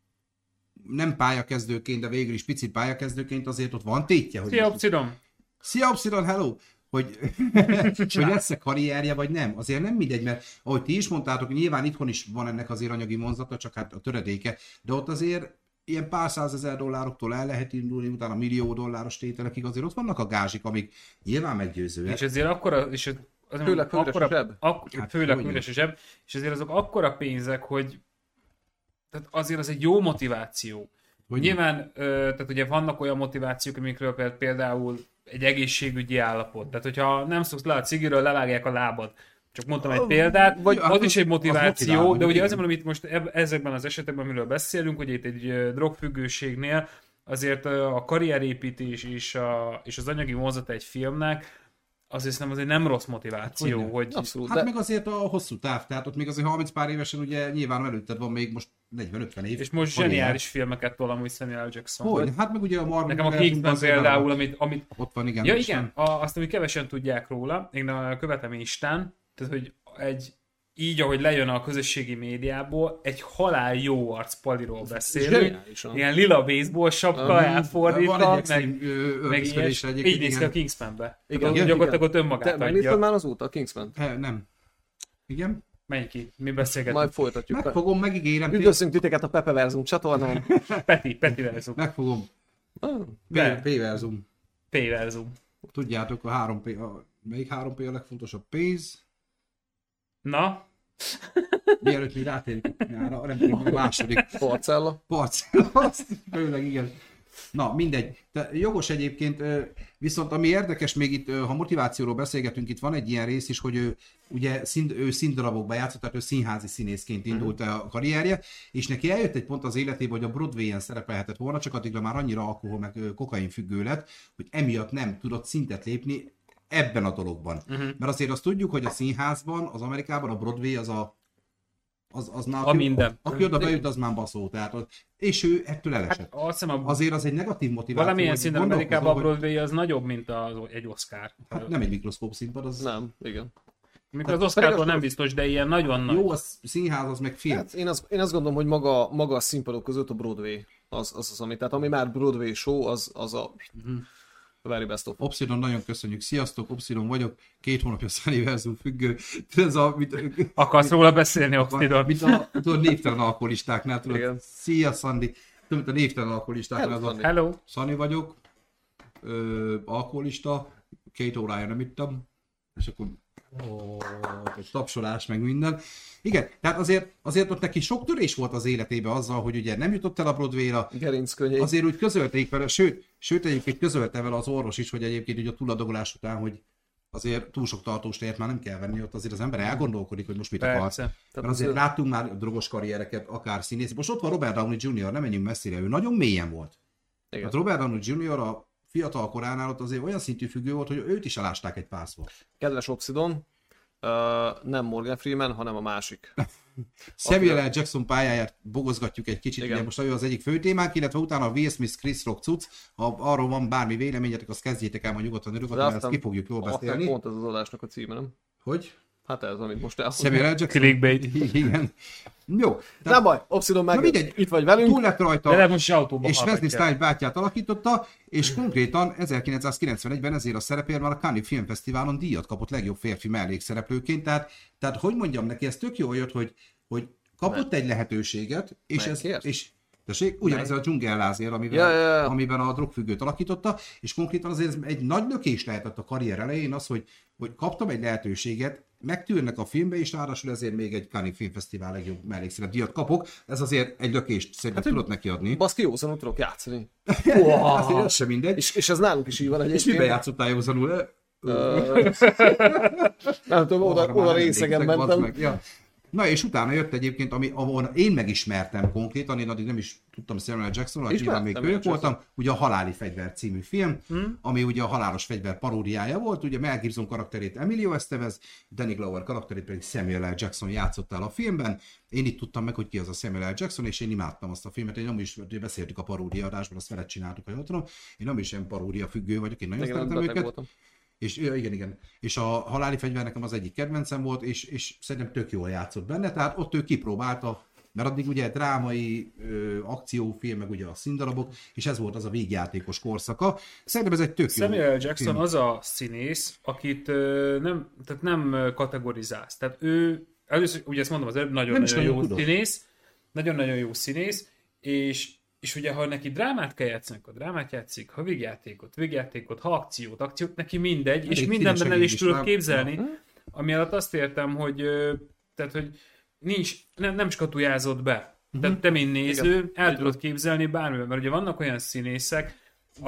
Speaker 2: nem pályakezdőként, de végül is picit pályakezdőként azért ott van tétje. Szia, Upsidon, hello! Hogy lesz-e karrierje, vagy nem. Azért nem mindegy, mert ahogy ti is mondtátok, nyilván itthon is van ennek azért anyagi vonzata, csak hát a töredéke, de ott azért ilyen pár $100,000 el lehet indulni, utána $1 millió tételekig, azért ott vannak a gázsik, amik nyilván meggyőzőek.
Speaker 1: És ezért akkora,
Speaker 3: főleg üres a zseb.
Speaker 1: Főleg üres a zseb, és ezért azok akkora pénzek, hogy tehát azért az egy jó motiváció. Nyilván, tehát ugye vannak olyan motivációk, amikről például egy egészségügyi állapot. Tehát, hogyha nem szoksz le a cigiről, levágják a lábad. Csak mondtam egy példát, vagy az is egy motiváció, de ugye azért mondom, itt most ezekben az esetekben, amiről beszélünk, hogy itt egy drogfüggőségnél azért a karrierépítés és az anyagi vonzata egy filmnek azért nem rossz motiváció.
Speaker 2: Hát,
Speaker 1: hogy...
Speaker 3: Abszolút,
Speaker 2: hát meg azért a hosszú táv, tehát ott még azért 30 pár évesen ugye nyilván előtted van még most 40-50 év.
Speaker 1: És most zseniális filmeket tol amúgy Samuel Jackson.
Speaker 2: Hogy? Hát meg ugye a Marvel...
Speaker 1: Nekem a Kingsman például, amit...
Speaker 2: Ott van, igen.
Speaker 1: Ja igen, azt, amit kevesen tudják róla, én követem Instán, tehát hogy így, ahogy lejön a közösségi médiából, egy halál jó arc Paliról beszélünk. Ilyen lila baseball sapka elfordítva, meg így néz ki a Kingsmanbe.
Speaker 3: Igen.
Speaker 1: Gyakorlatilag ott önmagát adja.
Speaker 3: Megnézted már azóta a Kingsman?
Speaker 2: Nem. Igen?
Speaker 1: Menj ki, mi beszélgetünk.
Speaker 3: Majd folytatjuk.
Speaker 2: Megfogom, megígérem.
Speaker 3: Üdvözlünk titeket a Pepe Verzum csatornán.
Speaker 1: Peti Verzum.
Speaker 2: Megfogom. P-Verzum.
Speaker 1: P-Verzum.
Speaker 2: Tudjátok, melyik 3P a legfontosabb? Pénz.
Speaker 1: Na?
Speaker 2: Mielőtt még rátérünk nyára, nem tudom, a második.
Speaker 3: Parcella.
Speaker 2: Azt főleg, igen. Na, mindegy. De jogos egyébként, viszont ami érdekes még itt, ha motivációról beszélgetünk, itt van egy ilyen rész is, hogy ő színdarabokba játszott, tehát ő színházi színészként indult a karrierje, és neki eljött egy pont az életében, hogy a Broadway-en szerepelhetett volna, csak addigra már annyira alkohol meg kokain függő lett, hogy emiatt nem tudott szintet lépni ebben a dologban. Mert azért azt tudjuk, hogy a színházban, az Amerikában a Broadway az már, aki oda bejut, az már baszó. Tehát és ő ettől elesett.
Speaker 1: Hát,
Speaker 2: azért az egy negatív motiváció.
Speaker 1: Valamilyen szinten Amerikában a Broadway az nagyobb, mint egy Oscar.
Speaker 2: Hát nem egy mikroszkóp színpad, az...
Speaker 3: Nem, igen.
Speaker 1: Mint az Oscartól nem biztos, de ilyen nagyon nagy.
Speaker 2: Jó, az színház, az meg film.
Speaker 3: Hát én azt gondolom, hogy maga a színpadok között a Broadway az ami, tehát ami már Broadway show, az a very best of.
Speaker 2: Obsidian, nagyon köszönjük. Sziasztok, Obsidian vagyok. 2 hónapja Sunnyverzum függő.
Speaker 1: Akarsz róla beszélni, Obsidian?
Speaker 2: Mint a névtelen alkoholistáknál, tudod. Igen. Szia, Sandy. Mint a névtelen alkoholistáknál.
Speaker 1: Hello.
Speaker 2: Sunny vagyok. Alkoholista. 2 órája nem ittam. És akkor egy tapsolás, meg minden. Igen, tehát azért ott neki sok törés volt az életében azzal, hogy ugye nem jutott el a Broadway-ra. Azért úgy közölték vele, sőt egyébként közölte vele az orvos is, hogy egyébként ugye a túladagolás után, hogy azért túl sok tartós tejet már nem kell venni, ott azért az ember elgondolkodik, hogy most mit akar. Mert azért láttunk már drogos karriereket, akár színész. Most ott van Robert Downey Jr., nem menjünk messzire, ő nagyon mélyen volt. Hát Robert Downey Jr. a fiatal koránál ott azért olyan szintű függő volt, hogy őt is elásták egy pászba.
Speaker 3: Kedves Obsidon, nem Morgan Freeman, hanem a másik.
Speaker 2: Samuel L. Jackson pályáját bogozgatjuk egy kicsit, ugye most az egyik fő témánk, illetve utána a Will Smith, Chris Rock cucc, ha arról van bármi véleményetek, azt kezdjétek el, majd nyugodtan örülök, ezt ki fogjuk jól beszélni.
Speaker 3: Pont ez az adásnak a címe, nem?
Speaker 2: Hogy?
Speaker 3: Hát ez, amit most
Speaker 2: Samuel L. Jackson.
Speaker 1: Clickbait.
Speaker 2: Igen. Jó.
Speaker 3: Nem baj, Obsidon meg itt vagy velünk.
Speaker 2: Túl lett rajta,
Speaker 1: és
Speaker 2: Wesley Snipes bátyját alakította, és konkrétan 1991-ben ezért a szerepéért már a Cannes Filmfesztiválon díjat kapott legjobb férfi mellékszereplőként, tehát hogy mondjam neki, ez tök jól jött, hogy kapott egy lehetőséget, és ugyanez a dzsungellázér, amiben a drogfüggőt alakította, és konkrétan azért egy nagy lökés lehetett a karrier elején az, hogy kaptam egy lehetőséget, megtűrnek a filmbe, és ráadásul ezért még egy Cannes Filmfesztivál legjobb mellékszerep díjat kapok. Ez azért egy lökést szerintem tudott neki adni.
Speaker 3: Baszki, józanul tudok játszani.
Speaker 2: Azért ez sem mindegy.
Speaker 3: És ez nálunk is így van egyébként.
Speaker 2: És miben játszottál józanul?
Speaker 3: Nem tudom, oda részegen mentem.
Speaker 2: Ja. Na és utána jött egyébként, ahol én megismertem konkrétan, én addig nem is tudtam Samuel Jacksonról, nyilván még kölyök voltam, ugye a Haláli fegyver című film, ami ugye a halálos fegyver paródiája volt, ugye Mel Gibson karakterét Emilio Estevez, Danny Glover karakterét pedig Samuel L. Jackson játszott el a filmben. Én itt tudtam meg, hogy ki az a Samuel L. Jackson, és én imádtam azt a filmet, én nem is beszéltük a paródia adásban, azt veled csináltuk, ha jól tudom. Én nem is ilyen paródia függő vagyok, én nagyon szeretem őket. És igen. És a Haláli fegyver nekem az egyik kedvencem volt, és szerintem tök jól játszott benne, tehát ott ő kipróbálta, mert addig ugye drámai, akciófilm, meg ugye a színdarabok, és ez volt az a vígjátékos korszaka. Szerintem ez egy tök jó
Speaker 1: Samuel Jackson film. Az a színész, akit nem kategorizálsz. Tehát ő, először, ugye ezt mondom, az nagyon-nagyon jó színész, nagyon-nagyon jó színész, és ugye, ha neki drámát kell játszani, akkor drámát játszik, ha végjátékot, ha akciót, neki mindegy, elég, és mindenben el is tudod képzelni, ami alatt azt értem, hogy nincs, nem skatujázott be. Tehát te, mint néző, el tudod képzelni bármiben, mert ugye vannak olyan színészek,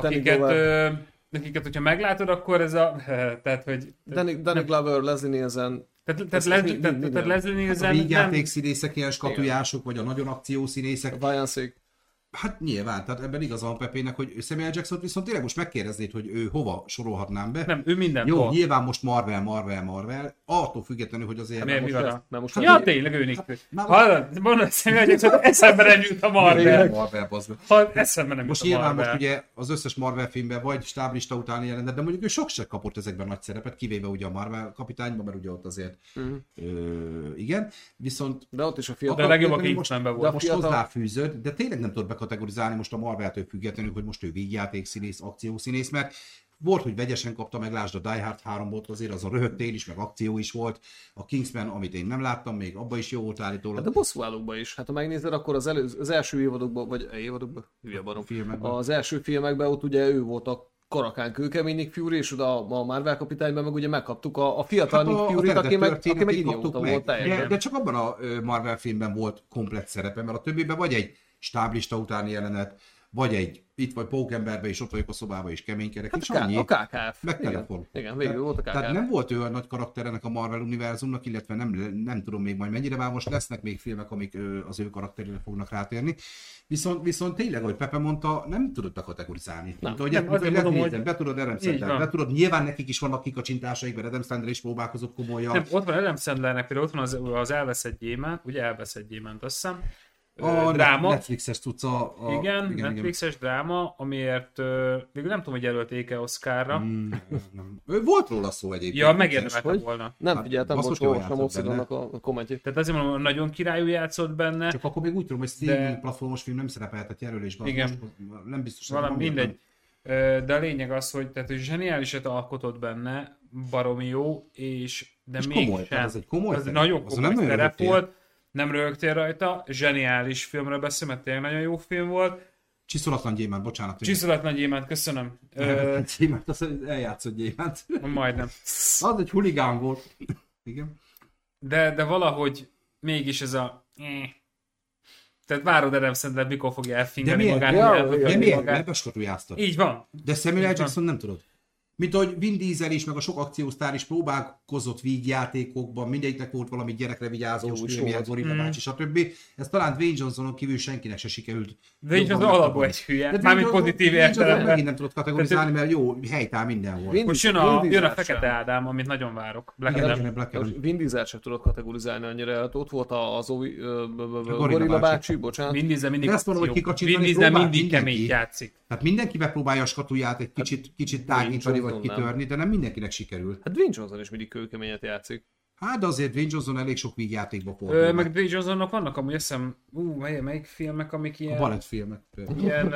Speaker 1: akiket, hogyha meglátod, akkor ez a... Tehát, hogy...
Speaker 3: Danny Glover, Leslie Nielsen...
Speaker 1: Tehát Leslie Nielsen...
Speaker 2: A vígjáték színészek, ilyen skatujások, vagy a nagyon akciószínészek.
Speaker 3: Vajanszék.
Speaker 2: Hát nyilván, tehát ebben igaza van Pepének, hogy Samuel Jackson viszont tényleg most megkérdeznéd, hogy ő hova sorolhatnám be.
Speaker 1: Nem, ő minden.
Speaker 2: Jó, nyilván most Marvel, attól függetlenül, hogy azért...
Speaker 1: Ja, tényleg ő Nick. Hallod, mondod Samuel Jackson, eszembe nem jut a Marvel. Eszembe nem jut
Speaker 2: most
Speaker 1: a Marvel.
Speaker 2: nyilván most ugye az összes Marvel filmben vagy stáblista után jelentet, de mondjuk ő sok se kapott ezekben nagy szerepet, kivéve ugye a Marvel kapitányban, mert ugye ott azért igen, viszont...
Speaker 3: De ott is a fiatal...
Speaker 1: De a legjobb a Kingsmanben volt.
Speaker 2: Most hozzáfűzött, de tényleg nem tudod bekategorizálni most a Marvel-től függetlenül, hogy most ő vígjátékszínész, akciószínész, mert volt, hogy vegyesen kapta meg, lásd a Die Hard 3 volt azért, az a röhögtél is, meg akció is volt. A Kingsman, amit én nem láttam még, abban is jó volt állítólag.
Speaker 3: Hát a bosszúállókban is. Hát ha megnézed, akkor az első évadokban, vagy az első filmekben ott ugye ő volt a karakán kőkemény Nick Fury, és oda a Marvel kapitányban meg ugye megkaptuk a fiatal Nick Fury-t, aki meg idióta volt teljesen.
Speaker 2: De csak abban a Marvel filmben volt komplett szerepe, mert a többiben vagy egy stáblista utáni jelenet, vagy egy itt vagy Pókemberbe, és ott vagyok a szobában, és keménykedek, és annyi.
Speaker 3: A KKF.
Speaker 2: Meg telefon.
Speaker 3: Igen, végül volt a KKF.
Speaker 2: Tehát nem volt olyan nagy karakterenek a Marvel univerzumnak, illetve nem tudom még majd mennyire, már most lesznek még filmek, amik az ő karakterére fognak rátérni. Viszont tényleg, ahogy Pepe mondta, nem tudod bekategorizálni. Be tudod Adam Sandler, be tudod, nyilván nekik is vannak kikacsintásaik, mert Adam Sandler is próbálkozott komolyan. Nem,
Speaker 1: ott van Adam Sandlernek, például ott van az Elveszett gyémánt, ugye Elveszett gyémánt, azt hiszem.
Speaker 2: A dráma. Netflixes tudsz
Speaker 1: igen, Netflixes dráma, amiért végül nem tudom, hogy jelölték-e Oscarra.
Speaker 2: Volt róla szó egyébként.
Speaker 1: Ja, megérdemelte volna.
Speaker 3: Nem figyeltem, most olvastam Oszidonnak a kommentjét.
Speaker 1: Tehát azért mondom, nagyon királyul játszott benne.
Speaker 2: Csak akkor még úgy tudom, hogy streaming platformos film nem szerepelhet jelölésben.
Speaker 1: Igen.
Speaker 2: Most nem biztos,
Speaker 1: valami mindegy. De a lényeg az, hogy zseniálisat alkotott benne, baromi jó, de mégsem.
Speaker 2: Ez egy komoly
Speaker 1: szerep. Nagyon komoly szerep volt. Nem röhögtél rajta, zseniális filmről beszél, mert tényleg nagyon jó film volt.
Speaker 2: Csiszolatlan gyémánt, bocsánat.
Speaker 1: Csiszolatlan gyémánt, köszönöm.
Speaker 2: Gyémánt, azt eljátszott gyémánt.
Speaker 1: Majdnem.
Speaker 2: Az egy huligán volt. Igen.
Speaker 1: De valahogy mégis ez a... Tehát várod Adam Sandler, mikor fogja elfingani magát.
Speaker 2: De miért? Mert beskatujáztad.
Speaker 1: Így van.
Speaker 2: De Samuel Jackson nem tudod. Mint ahogy Vin Diesel is, meg a sok akciósztár is próbálkozott vígjátékokban, mindegyiknek volt valami gyerekre vigyázós filmje, Gorilla bácsi, stb. Ez talán Dwayne Johnsonon kívül senkinek se sikerült.
Speaker 1: Dwayne Johnson alapból egy hülye, mármint pozitív értelemben.
Speaker 2: Megint nem tudod kategorizálni, mert jó, helytáll minden volt.
Speaker 1: Most jön a Fekete Ádám, amit nagyon várok.
Speaker 3: Vin Diesel sem tudod kategorizálni annyira, ott volt az Gorilla bácsi, bocsánat.
Speaker 1: Vin Diesel mindig kemény játszik.
Speaker 2: Tehát mindenki megpróbálja a skatuját egy kicsit tágítani vagy kitörni, de nem mindenkinek sikerül.
Speaker 3: Hát Dwayne Johnson is mindig kőkeményet játszik.
Speaker 2: Hát de azért Dwayne Johnson elég sok vígjátékba fordul.
Speaker 1: Meg Dwayne Johnsonnak vannak amúgy eszem, melyik filmek, amik ilyen...
Speaker 2: A balettfilmek.
Speaker 1: Ilyen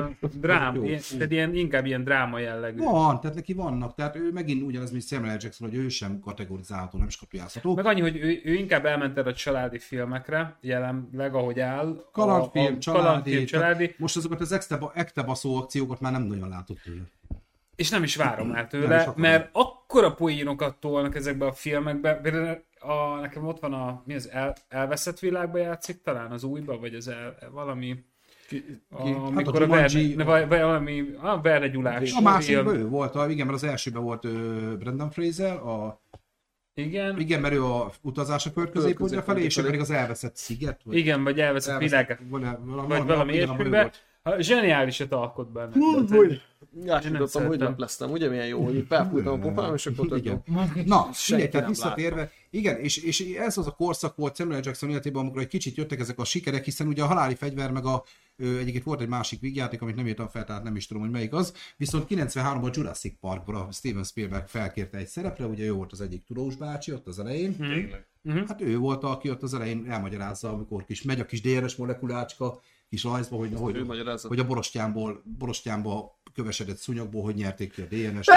Speaker 1: inkább ilyen dráma jellegű.
Speaker 2: Van, tehát neki vannak. Tehát ő megint ugyanaz, mint Samuel Jackson, hogy ő sem kategorizálható, nem skatujázható.
Speaker 1: Meg annyi, hogy ő inkább elment erre a családi filmekre, jelenleg ahogy áll.
Speaker 2: Kalandfilm, családi. Most azokat az ekte baszó akciókat már nem nagyon látott tőle.
Speaker 1: És nem is várom már tőle, mert akkora poénokat tolnak ezekbe a filmekbe. Nekem ott van Elveszett világba játszik, talán az újba, vagy valami... Amikor a Verne Gyulás.
Speaker 2: A másikban ő volt, igen, mert az elsőben volt Brendan Fraser, igen, mert ő a utazás a földközéppontja felé, és ő pedig az elveszett sziget.
Speaker 1: Vagy igen, vagy elveszett világ, vagy valami ilyesmiben. Zseniálisat alkot benne.
Speaker 3: Ásítottam, hogy lepleztem, ugye milyen jó, hogy felfújtam a pofám, és akkor tök jó.
Speaker 2: Na, mindegy, tehát visszatérve, igen, és ez az a korszak volt Samuel Jackson életében, amikor egy kicsit jöttek ezek a sikerek, hiszen ugye a Haláli fegyver, meg egyébként volt egy másik vígjáték, amit nem írtam fel, tehát nem is tudom, hogy melyik az, viszont 93-ban Jurassic Parkban Steven Spielberg felkérte egy szerepre, ugye ő volt az egyik tudós bácsi ott az elején. Hát ő volt, aki ott az elején elmagyarázza, amikor megy a kis DRS molekulácska, kis rajzba, hogy a borostyánból kövesedett szúnyogból, hogy nyerték ki a DNS-t.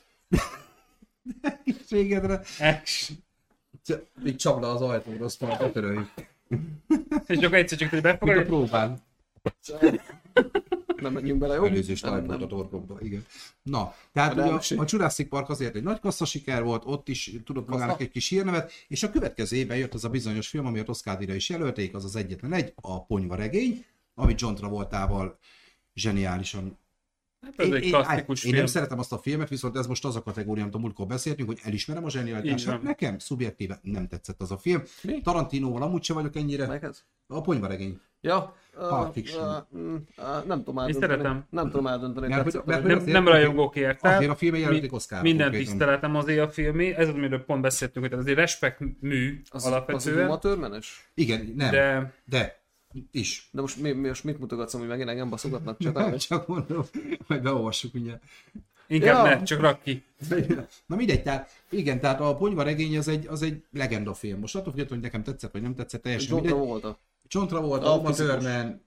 Speaker 2: Egészségedre. Még csap le az ajtóra, azt már betöröljük.
Speaker 1: És akkor egyszer csak, hogy befogadjuk.
Speaker 2: Próbál.
Speaker 3: nem menjünk bele, jó?
Speaker 2: Előző slide volt a torkomba, igen. Na, tehát ugye a Jurassic Park azért egy nagy kassza siker volt, ott is tudott magának egy kis hírnevet, és a következő évben jött az a bizonyos film, ami a Oscar-díjra is jelölték, az az egyetlen egy, a Ponyvaregény, ami John Travoltával zseniálisan.
Speaker 1: Hát ez egy klasszikus film.
Speaker 2: Én nem szeretem azt a filmet, viszont ez most az a kategória, amit a múltkor beszéltünk, hogy elismerem a zsenialitását. Nekem szubjektíve nem tetszett az a film.
Speaker 3: Mi?
Speaker 2: Tarantinóval amúgy sem vagyok ennyire.
Speaker 3: Melyikhez?
Speaker 2: A Ponyvaregény.
Speaker 3: Ja,
Speaker 2: Pulp Fiction.
Speaker 3: nem tudom eldönteni.
Speaker 1: szeretem.
Speaker 3: Nem tudom eldönteni.
Speaker 1: Nem rajongók érte.
Speaker 2: Azért a filmje jelölték Oscarra.
Speaker 1: Minden tiszteletem azért a filmé. Ez az, amiről pont beszéltünk, hogy azért respekt mű alapvetően.
Speaker 3: Az Törmenes?
Speaker 2: Igen, nem. De is.
Speaker 3: De most mit mutogatsz, hogy megint engem baszogatnak?
Speaker 2: Csak mondom, majd beolvassuk mindjárt.
Speaker 1: Inkább ne, csak rak ki.
Speaker 2: Na mindegy, tehát igen, tehát a Ponyvaregény az egy legenda film. Most attól függetlenül, hogy nekem tetszett, vagy nem tetszett, teljesen mindegy. John Travolta, Uma Thurman,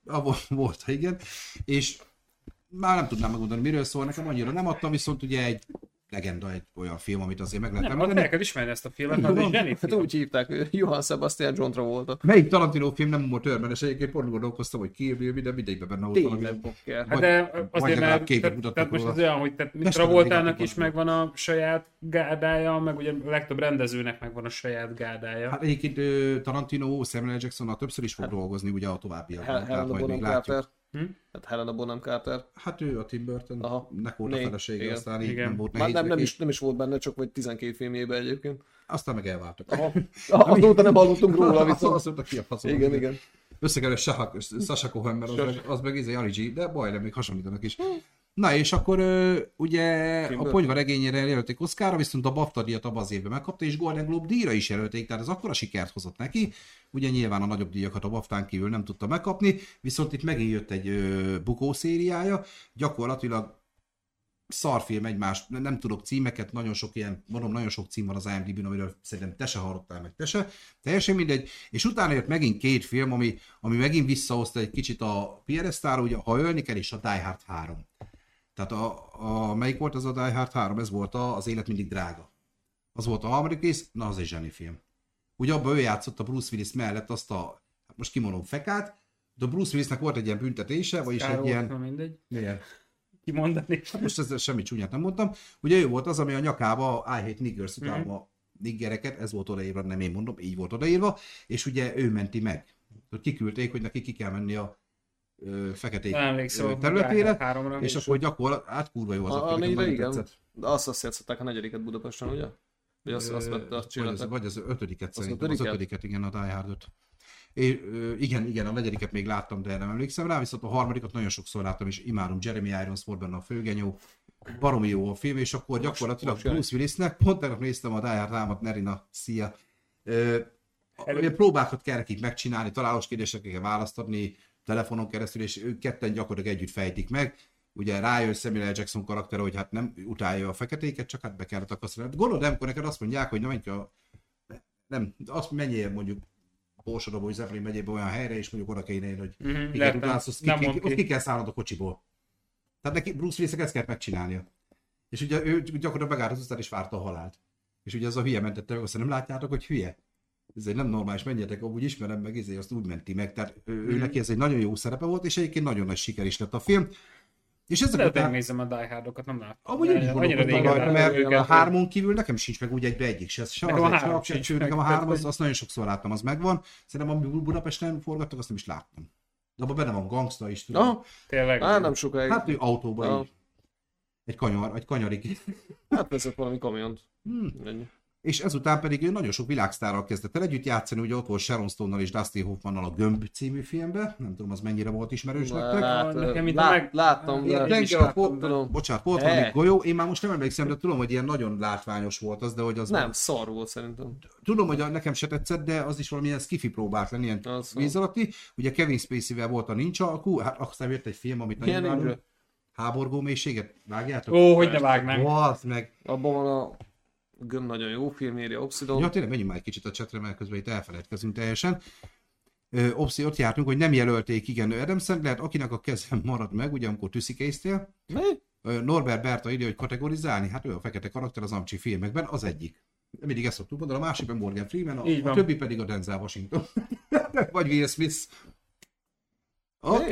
Speaker 2: volt, igen. És már nem tudnám megmondani, miről szól, nekem annyira nem adtam, viszont ugye egy legenda, egy olyan film, amit azért meg lehet
Speaker 1: említeni. Nem, el kell ismerni ezt a filmet, az egy zseni film.
Speaker 3: Úgy hívták, Johann Sebastian John Travolta.
Speaker 2: Melyik Tarantino film nem Uma Thurman, és egyébként pont gondolkoztam, hogy Kill Bill, de mindegyikben benne volt valami.
Speaker 1: Hát de azért, tehát most az olyan, hogy Travoltának is megvan a saját gárdája, meg ugye a legtöbb rendezőnek megvan a saját gárdája.
Speaker 2: Hát egyébként Tarantino Samuel Jacksonnal többször is fog dolgozni ugye a továbbiakban.
Speaker 3: Helena Bonham Carter. Hát Helena Bonham Carter.
Speaker 2: Hát ő a Tim Burton-nek volt a felesége, aztán így nem volt
Speaker 3: nehéz. Nem is volt benne, csak vagy 12 filmjében egyébként.
Speaker 2: Aztán meg elváltak.
Speaker 3: Azóta nem hallottunk róla viszont.
Speaker 2: Azóta ki a faszom.
Speaker 3: Igen.
Speaker 2: Összekerül Sasha Cohen, mert az meg Ali G, de baj, nem még hasonlítanak is. Na és akkor ugye a Ponyvaregényére jelölték Oscarra, viszont a BAFTA díjat abban az évben megkapta, és Golden Globe díjra is jelölték, tehát ez akkora sikert hozott neki. Ugye nyilván a nagyobb díjakat a BAFTA-n kívül nem tudta megkapni, viszont itt megint jött egy bukószériája, gyakorlatilag szarfilm egymás, nem tudok címeket, nagyon sok ilyen, mondom, nagyon sok cím van az IMDb-n, amiről szerintem te se hallottál meg, te se, teljesen mindegy, és utána jött megint két film, ami megint visszahozta egy kicsit a piedesztára, ugye, ha ölni kell, és a Die Hard 3. Tehát melyik volt az a Die Hard 3? Ez volt az Élet mindig drága. Az volt a harmadik rész, na az egy zsenifilm. Ugye abban ő játszott a Bruce Willis mellett azt a, most kimondom, fekát, de a Bruce Willisnek volt egy ilyen büntetése, vagyis egy ilyen...
Speaker 1: mindegy.
Speaker 2: Milyen?
Speaker 1: Kimondani.
Speaker 2: Hát most ezzel semmi csúnyát nem mondtam. Ugye ő volt az, ami a nyakába I hate niggers, utálom a niggereket, ez volt odaírva, nem én mondom, így volt odaírva, és ugye ő menti meg. Kiküldték, hogy neki ki kell menni a feketék területére, és akkor gyakorlatilag, hát kurva jó az a film,
Speaker 3: nagyon tetszett. De azt játszották a negyediket Budapesten, ugye? Vagy azt csinálták?
Speaker 2: Vagy az ötödiket szerintem, az ötödiket, igen, a Die Hard-öt. Igen, a negyediket még láttam, de nem emlékszem rá, viszont a harmadikat nagyon sokszor láttam, és imádom, Jeremy Irons volt benne a főgenyó, baromi jó a film, és akkor gyakorlatilag Bruce Willisnek, pont tegnap néztem a Die Hard 3-at, Nerina, szia. Próbákat kell nekik megcsinálni, találós kérdésekre kell választ adni, telefonon keresztül, és ők ketten gyakorlatilag együtt fejtik meg. Ugye rájön Samuel L. Jackson karaktere, hogy hát nem utálja a feketéket, csak hát be kellett akasztani. Gondolod, amikor neked azt mondják, hogy azt menjél mondjuk Borsodaba, vagy Zeppelin megyében olyan helyre, és mondjuk oda kéne, hogy miket utálsz, ott ki kell szállnod a kocsiból. Tehát neki Bruce Willisnek ezt kellett megcsinálnia. És ugye ő gyakorlatilag megállt az utcán, és várta a halált. És ugye az a hülye mentette meg, azt nem látjátok, hogy hülye? Ez egy nem normális, menjetek, amúgy ismerem meg, azt úgy menti meg. Tehát ő neki ez egy nagyon jó szerepe volt, és egyébként nagyon nagy siker is lett a film. És ezek
Speaker 1: után... megnézem a Die Hardokat, nem látom.
Speaker 2: Amúgy úgy gondolkodtam rajta, mert a 3-on kívül nekem sincs meg úgy egyik se. Nekem a 3 azt nagyon sokszor láttam, az megvan. Szerintem amit Budapesten forgattak, azt nem is láttam. De abban benne van Gangsta is, tudom.
Speaker 1: Tényleg.
Speaker 3: Nem sokáig.
Speaker 2: Hát ő autóban így. Egy kanyarig.
Speaker 3: Hát vezet valami kamiont.
Speaker 2: És ezután pedig ő nagyon sok világsztárral kezdett el együtt játszani, ugye ott volt Sharon Stone-nal és Dustin Hoffmannal a Gömb című filmben, nem tudom, az mennyire volt ismerős nektek.
Speaker 3: Láttam.
Speaker 2: Bocsánat, volt valami golyó, én már most nem emlékszem, de tudom, hogy ilyen nagyon látványos volt az, de hogy az...
Speaker 3: Nem, szar volt szerintem.
Speaker 2: Tudom, hogy nekem se tetszett, de az is valamilyen skifi próbált lenni, ilyen víz alatti. Ugye Kevin Spacey-vel volt a Nincs alkú, hát aztán jött egy film, amit nagyon várunk. Háborgó mélységet, vágjátok?
Speaker 1: Ó, hogy ne vágnánk.
Speaker 3: Abban van a Gömb nagyon jó film, írja Obsidon.
Speaker 2: Ja, tényleg menjünk már egy kicsit a chatre, mert közben itt elfelejtkezünk teljesen. Obsi, ott jártunk, hogy nem jelölték, igen, Adam Sandler, akinek a kezem marad meg, ugye amikor tüszikésztél.
Speaker 3: Mi?
Speaker 2: Norbert Berta írja, hogy kategorizálni, hát ő a fekete karakter az Amcsi filmekben, az egyik. Mindig ezt szoktuk mondani, a másikben Morgan Freeman, a többi pedig a Denzel Washington. Vagy Will Smith. Oké.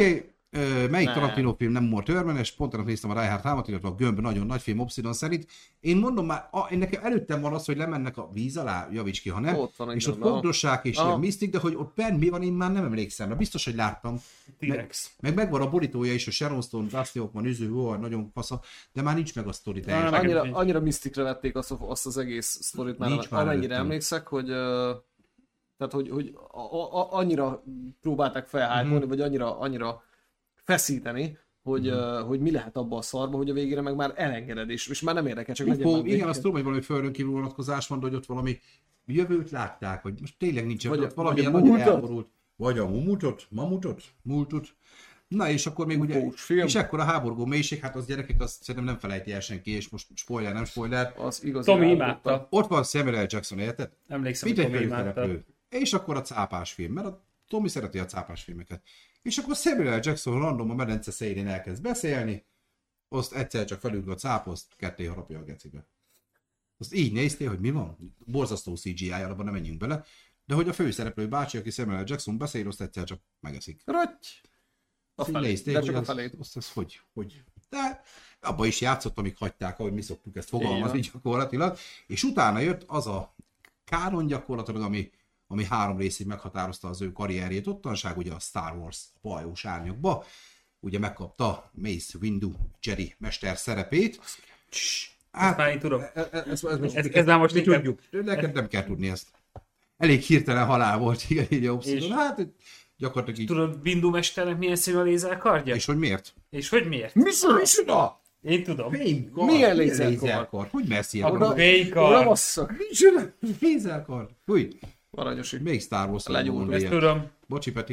Speaker 2: Melyik Tarantino film nem volt örvenes, pont annak néztem a Die Hard 3-at, illetve a Gömb nagyon nagy film Obsidian szerint. Én mondom már, nekem előttem van az, hogy lemennek a víz alá, javíts ki, ha nem,
Speaker 3: van,
Speaker 2: és ott fogdossák és ilyen misztik, de hogy ott mi van, én már nem emlékszem, biztos, hogy láttam.
Speaker 1: T-Rex.
Speaker 2: Meg megvan a borítója is, a Sharon Stone, Dusty Hoffman, nagyon fasza, de már nincs meg a sztori teljesen.
Speaker 3: Annyira misztikre vették azt az egész sztorit, már amennyire emlékszek, hogy... Tehát, hogy annyira próbálták felhájtolni, vagy annyira feszíteni, hogy mi lehet abba a szarba, hogy a végére meg már elengeded, és már nem érdekel, csak legyen már
Speaker 2: igen, azt tudom, hogy valami földön kívül vonatkozás van, de hogy ott valami jövőt látták, hogy most tényleg nincs ott valamilyen nagyon elborult. Vagy a múltot. Na és akkor még ugye, és ekkor a háborgó mélység, hát az gyerekek, azt szerintem nem felejti el senki, és most spoiler, nem spoiler.
Speaker 3: Az igaz.
Speaker 1: Tommy imádta.
Speaker 2: Ott van Samuel L. Jackson, érted?
Speaker 1: Emlékszem, hogy Tommy imádta.
Speaker 2: És akkor a cápás film, mert a Tommy szereti a cápás filmeket. És akkor Samuel L. Jackson random a medence szélén elkezd beszélni, azt egyszer csak felül a cáposzt, ketté harapja a gecibe. Azt így néztél, hogy mi van? Borzasztó CGI, abban nem menjünk bele, de hogy a főszereplő bácsi, aki Samuel L. Jackson beszél, azt egyszer csak megeszik.
Speaker 3: Rötty! A felét, de csak a felét.
Speaker 2: Azt hogy? De abban is játszott, amíg hagyták, ahogy mi szoktuk ezt fogalmazni gyakorlatilag, és utána jött az a kánon gyakorlatilag, ami 3 részig meghatározta az ő karrierjét, ottanság, ugye a Star Wars a bajós árnyakba, ugye megkapta Mace Windu Jedi mester szerepét.
Speaker 1: Hát, már én tudom.
Speaker 2: Ez már most tudjuk. Neked nem kell tudni ezt. Elég hirtelen halál volt, igen, így a Obsidian. Hát gyakorlatilag így...
Speaker 1: Tudod, Windu mesternek milyen színű a lézerkardja?
Speaker 2: És hogy miért?
Speaker 1: Micsoda? Én tudom.
Speaker 3: Milyen lézerkard?
Speaker 2: Hogy mersz ilyen?
Speaker 1: Fénykard.
Speaker 2: Micsoda? Lézerkard. Fúj.
Speaker 3: Aranyos, hogy
Speaker 2: még Star Wars
Speaker 1: legyúl. Ezt tudom.
Speaker 2: Bocsi, Peti.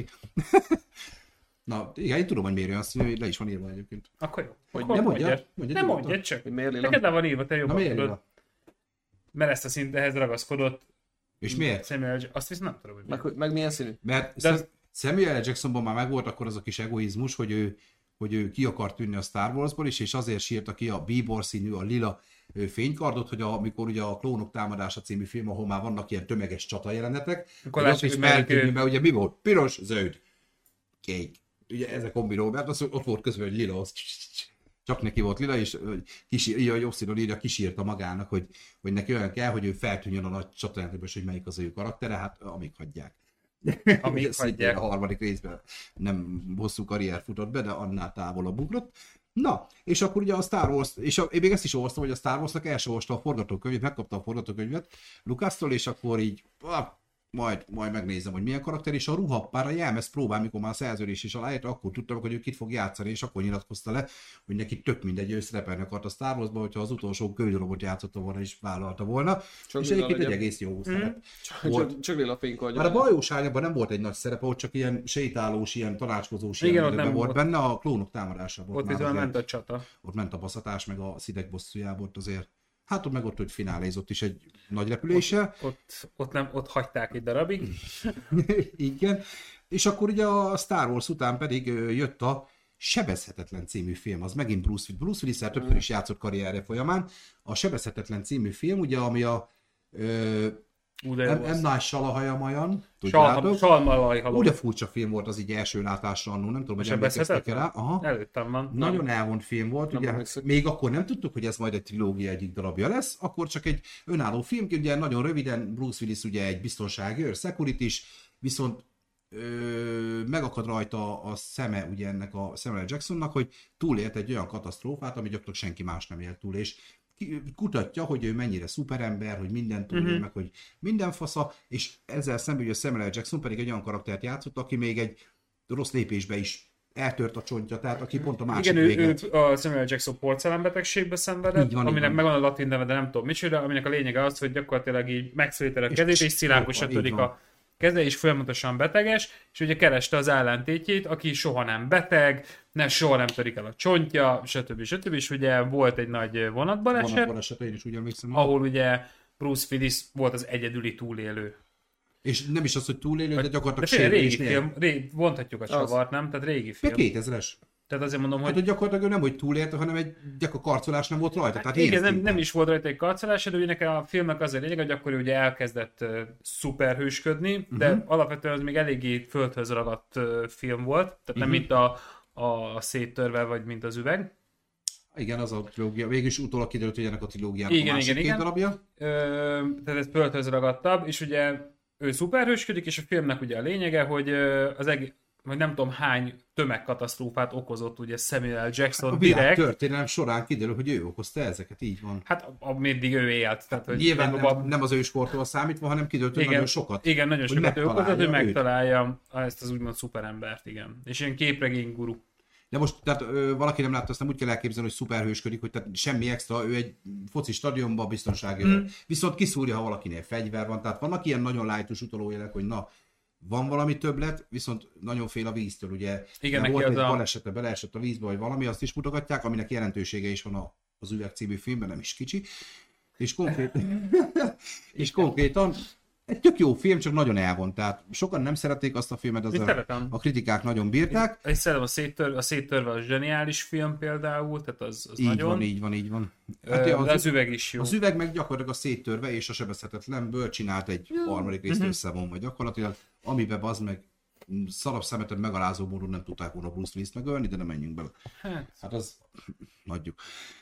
Speaker 2: Na, igen, én tudom, hogy miért olyan színű, le is van írva egyébként.
Speaker 1: Akkor jó.
Speaker 2: Nem mondjad
Speaker 1: csak.
Speaker 3: Miért lila?
Speaker 1: Neked le van írva, te jobban
Speaker 2: tudod.
Speaker 1: Mert ezt a szint ehhez ragaszkodott.
Speaker 2: És miért?
Speaker 1: Azt viszont nem tudom, hogy
Speaker 3: meg milyen színű?
Speaker 2: Mert Samuel L. Jacksonban már megvolt akkor az a kis egoizmus, hogy ő ki akart tűnni a Star Warsból is, és azért sírta ki a bíbor színű, a lila fénykardot, hogy amikor ugye a Klónok támadása című film, ahol már vannak ilyen tömeges csatajelenetek, akkor látszik, hogy feltűnni, mert ugye mi volt? Piros, zöld, kék. Ugye ez a kombinó, mert az, ott volt közben, hogy lila, az csak neki volt lila, és így a Obsidian írja, kísírta magának, hogy neki olyan kell, hogy ő feltűnjön a nagy csatajelentőből, hogy melyik az ő karaktere, hát amíg hagyják.
Speaker 1: Amíg hagyják.
Speaker 2: A harmadik részben nem hosszú karrier futott be, de annál távolabb ugrott. Na, és akkor ugye a Star Wars, és én még ezt is olvastam, hogy a Star Warsnak el sem olvasta a forgatókönyvet, megkapta a forgatókönyvet Lucastól, és akkor így majd megnézem, hogy milyen karakter, és a ruha, bár a jelmez próbál, mikor már a szerződés is aláírta, akkor tudtam, hogy ő kit fog játszani, és akkor nyilatkozta le, hogy neki tök mindegy, ő szerepelni akart a Star Warsban, hogyha az utolsó köldrobot játszotta volna, és vállalta volna. Csak és egyébként egy egész jó szerep.
Speaker 3: Csak lila fénykardja.
Speaker 2: Már a bajós árnyakban nem volt egy nagy szerepe, ott csak ilyen sétálós, ilyen tanácskozós ilyen volt benne, a Klónok támadásában.
Speaker 1: Ott viszont ment a csata.
Speaker 2: Ott ment a baszatás, meg a szidek bosszújából ott hát ott meg ott, hogy finálézott is egy nagy repülése.
Speaker 1: Ott hagyták egy darabig.
Speaker 2: Igen. És akkor ugye a Star Wars után pedig jött a Sebezhetetlen című film, az megint Bruce Willis-szel többször is játszott karrierje folyamán. A Sebezhetetlen című film, ugye, ami a M. Night Shyamalan, tudjátok? Ugye furcsa film volt az így első látásra annól, nem tudom, hogy emlékeztek rá.
Speaker 1: Előttem van.
Speaker 2: Nagyon elvont film volt, ugye, még akkor nem tudtuk, hogy ez majd egy trilógia egyik darabja lesz, akkor csak egy önálló film, ugye nagyon röviden Bruce Willis ugye egy biztonsági őr, security-s, viszont megakad rajta a szeme ugye ennek a Samuel L. Jacksonnak, hogy túlélt egy olyan katasztrófát, ami gyakorlatilag senki más nem élt túl, és kutatja, hogy ő mennyire szuperember, hogy mindent túlél, meg hogy minden fasza, és ezzel szemben, hogy a Samuel L. Jackson pedig egy olyan karaktert játszott, aki még egy rossz lépésbe is eltört a csontja, tehát aki pont a másik
Speaker 1: véget. Igen, ő a Samuel L. Jackson porcelánbetegségbe szenvedett, aminek megvan a latin neve, de nem tudom micsoda, aminek a lényege az, hogy gyakorlatilag így megszólítja a kezét, és szilárgosan törik a keze, és folyamatosan beteges, és ugye kereste az ellentétjét, aki soha nem beteg, soha nem törik el a csontja, stb. És ugye volt egy nagy vonatbaleset,
Speaker 2: én is úgy emlékszem,
Speaker 1: ahol ugye Bruce Willis volt az egyedüli túlélő.
Speaker 2: És nem is az, hogy túlélő, de gyakorlatilag
Speaker 1: sérülés régi film, mondhatjuk a csavart, nem? Tehát régi film.
Speaker 2: 2000-es.
Speaker 1: Tehát azért mondom,
Speaker 2: hogy gyakorlatilag ő nem, hogy túlélte, hanem egy karcolás nem volt rajta. Tehát
Speaker 1: igen, nem is volt rajta egy karcolás, de ugye nekem a filmnek az a lényeg, hogy akkor ugye elkezdett szuperhősködni, de alapvetően az még eléggé földhöz ragadt film volt, tehát nem mint a a széttörve, vagy mint az üveg.
Speaker 2: Igen, az a trilógia. Végülis utólag kiderült, hogy ennek a trilógiának a másik két darabja.
Speaker 1: Tehát ez földhöz ragadtabb, és ugye ő szuperhősködik, és a filmnek ugye a lényege, hogy az egész, vagy nem tudom hány tömegkatasztrófát okozott ugye Samuel Jackson
Speaker 2: a
Speaker 1: direkt.
Speaker 2: A történelem során kiderül, hogy ő okozta ezeket, így van.
Speaker 1: Hát ameddig ő élt. Tehát, hogy
Speaker 2: nyilván nem az ő sportól számítva, hanem kiderült, hogy nagyon sokat.
Speaker 1: Igen, nagyon sokat ő okozott, hogy megtalálja ezt az úgymond szuperembert, igen. És ilyen képregény guru.
Speaker 2: De most, tehát valaki nem látta, azt nem úgy kell elképzelni, hogy szuperhősködik, hogy tehát semmi extra, ő egy foci stadionban biztonsági. Viszont kiszúrja, ha valakinél fegyver van, tehát vannak ilyen nagyon lájtos utalójelek, hogy na, van valami többlet, viszont nagyon fél a víztől, ugye.
Speaker 1: Igen,
Speaker 2: volt egy balesete, beleesett a vízbe, vagy valami, azt is mutogatják, aminek jelentősége is van az Üveg című filmben, nem is kicsi. És konkrétan egy tök jó film, csak nagyon elvont. Tehát sokan nem szerették azt a filmet, a kritikák nagyon bírták.
Speaker 1: Én szeretem a széttörve a zseniális film például, tehát az
Speaker 2: így
Speaker 1: nagyon...
Speaker 2: Így van.
Speaker 1: Hát az üveg is jó.
Speaker 2: Az üveg meg gyakorlatilag a széttörve és a sebezhetetlenből csinált egy harmadik részt összevonva gyakorlatilag, amiben bazd meg szarab szemeted megalázó módon nem tudták volna Bruce Willis-t megölni, de nem menjünk bele. Hát az... Nagyjuk.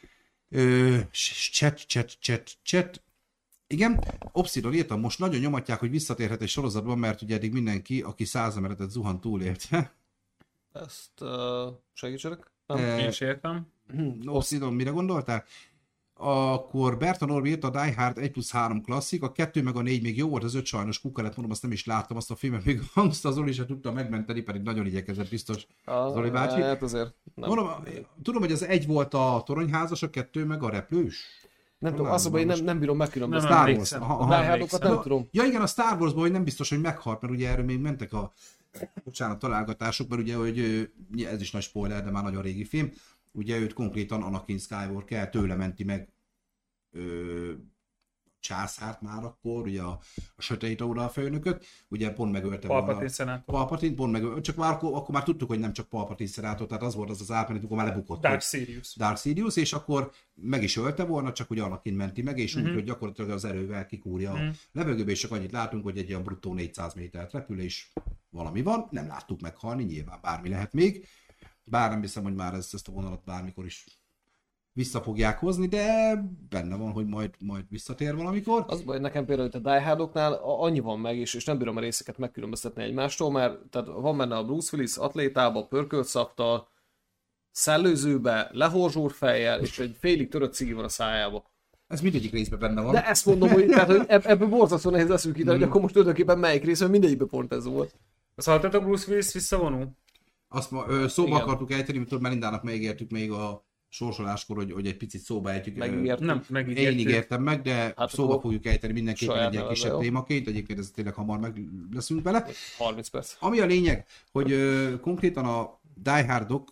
Speaker 2: Chat. Igen, Obsidian írtam, most nagyon nyomatják, hogy visszatérhet egy sorozatban, mert ugye eddig mindenki, aki 100 emeletet zuhan túlélte.
Speaker 3: Ezt segítsenek?
Speaker 1: Én is értem.
Speaker 2: Obsidian, mire gondoltál? Akkor Berta Norbi írt a Die Hard 1+3 klasszik, a 2 meg a 4 még jó volt, az 5 sajnos kuka lett, mondom, azt nem is láttam, azt a filmet még hangzt, az Zoli se tudta megmenteni, pedig nagyon igyekezett biztos Zoli bácsi.
Speaker 3: Hát azért nem.
Speaker 2: Mondom, tudom, hogy az 1 volt a toronyházas, a 2 meg a repülős.
Speaker 3: Nem tudom, azt mondom, hogy nem bírom megkülönböztetni.
Speaker 2: Star Wars.
Speaker 3: A Die Hardokat nem tudom.
Speaker 2: Ja igen, a Star Warsban, hogy nem biztos, hogy meghalt, mert ugye erről még mentek a találgatások, mert ugye, hogy ez is nagy spoiler, de már nagyon régi film, ugye őt konkrétan Anakin Skywalker tőle menti meg császárt már akkor, ugye a sötét óra a főnököt, ugye pont megölte
Speaker 1: Palpatine szenátor.
Speaker 2: Palpatine pont megölte, csak már akkor már tudtuk, hogy nem csak Palpatine szenátor, tehát az volt az átmenet, amikor már lebukott. Darth Sidious, és akkor meg is ölte volna, csak ugye Anakin menti meg, és úgy, hogy gyakorlatilag az erővel kikúrja a levegőbe, és csak annyit látunk, hogy egy olyan bruttó 400 métert repül, és valami van, nem láttuk meghalni, nyilván bármi lehet még, bár nem hiszem, hogy már ezt a vonalat bármikor is vissza fogják hozni, de benne van, hogy majd visszatér valamikor.
Speaker 3: Az baj, nekem például itt a Die Hardoknál annyi van meg, és nem bírom a részeket megkülönböztetni egymástól, mert tehát van benne a Bruce Willis atlétába, pörkölt szaktal, szellőzőbe, lehorzsúr fejjel, és egy félig törött cigi van a szájába.
Speaker 2: Ez mindegyik részben benne van.
Speaker 3: De ezt mondom, hogy, tehát, hogy ebből borzasztó nehéz leszűkíteni, hogy akkor most tulajdonképpen melyik rész, mert mindegyikben pont ez volt.
Speaker 1: Azt hallottatok Bruce Willis visszavonul?
Speaker 2: Azt szóba akartuk ejteni, mint Melindának megígértük még a sorsoláskor, hogy egy picit szóba ejtjük. Én ígértem meg, de hát szóba fogjuk ejteni mindenképpen egy ilyen kisebb témaként. Egyébként ez tényleg hamar meg leszünk vele.
Speaker 3: 30 perc.
Speaker 2: Ami a lényeg, hogy konkrétan a Die Hard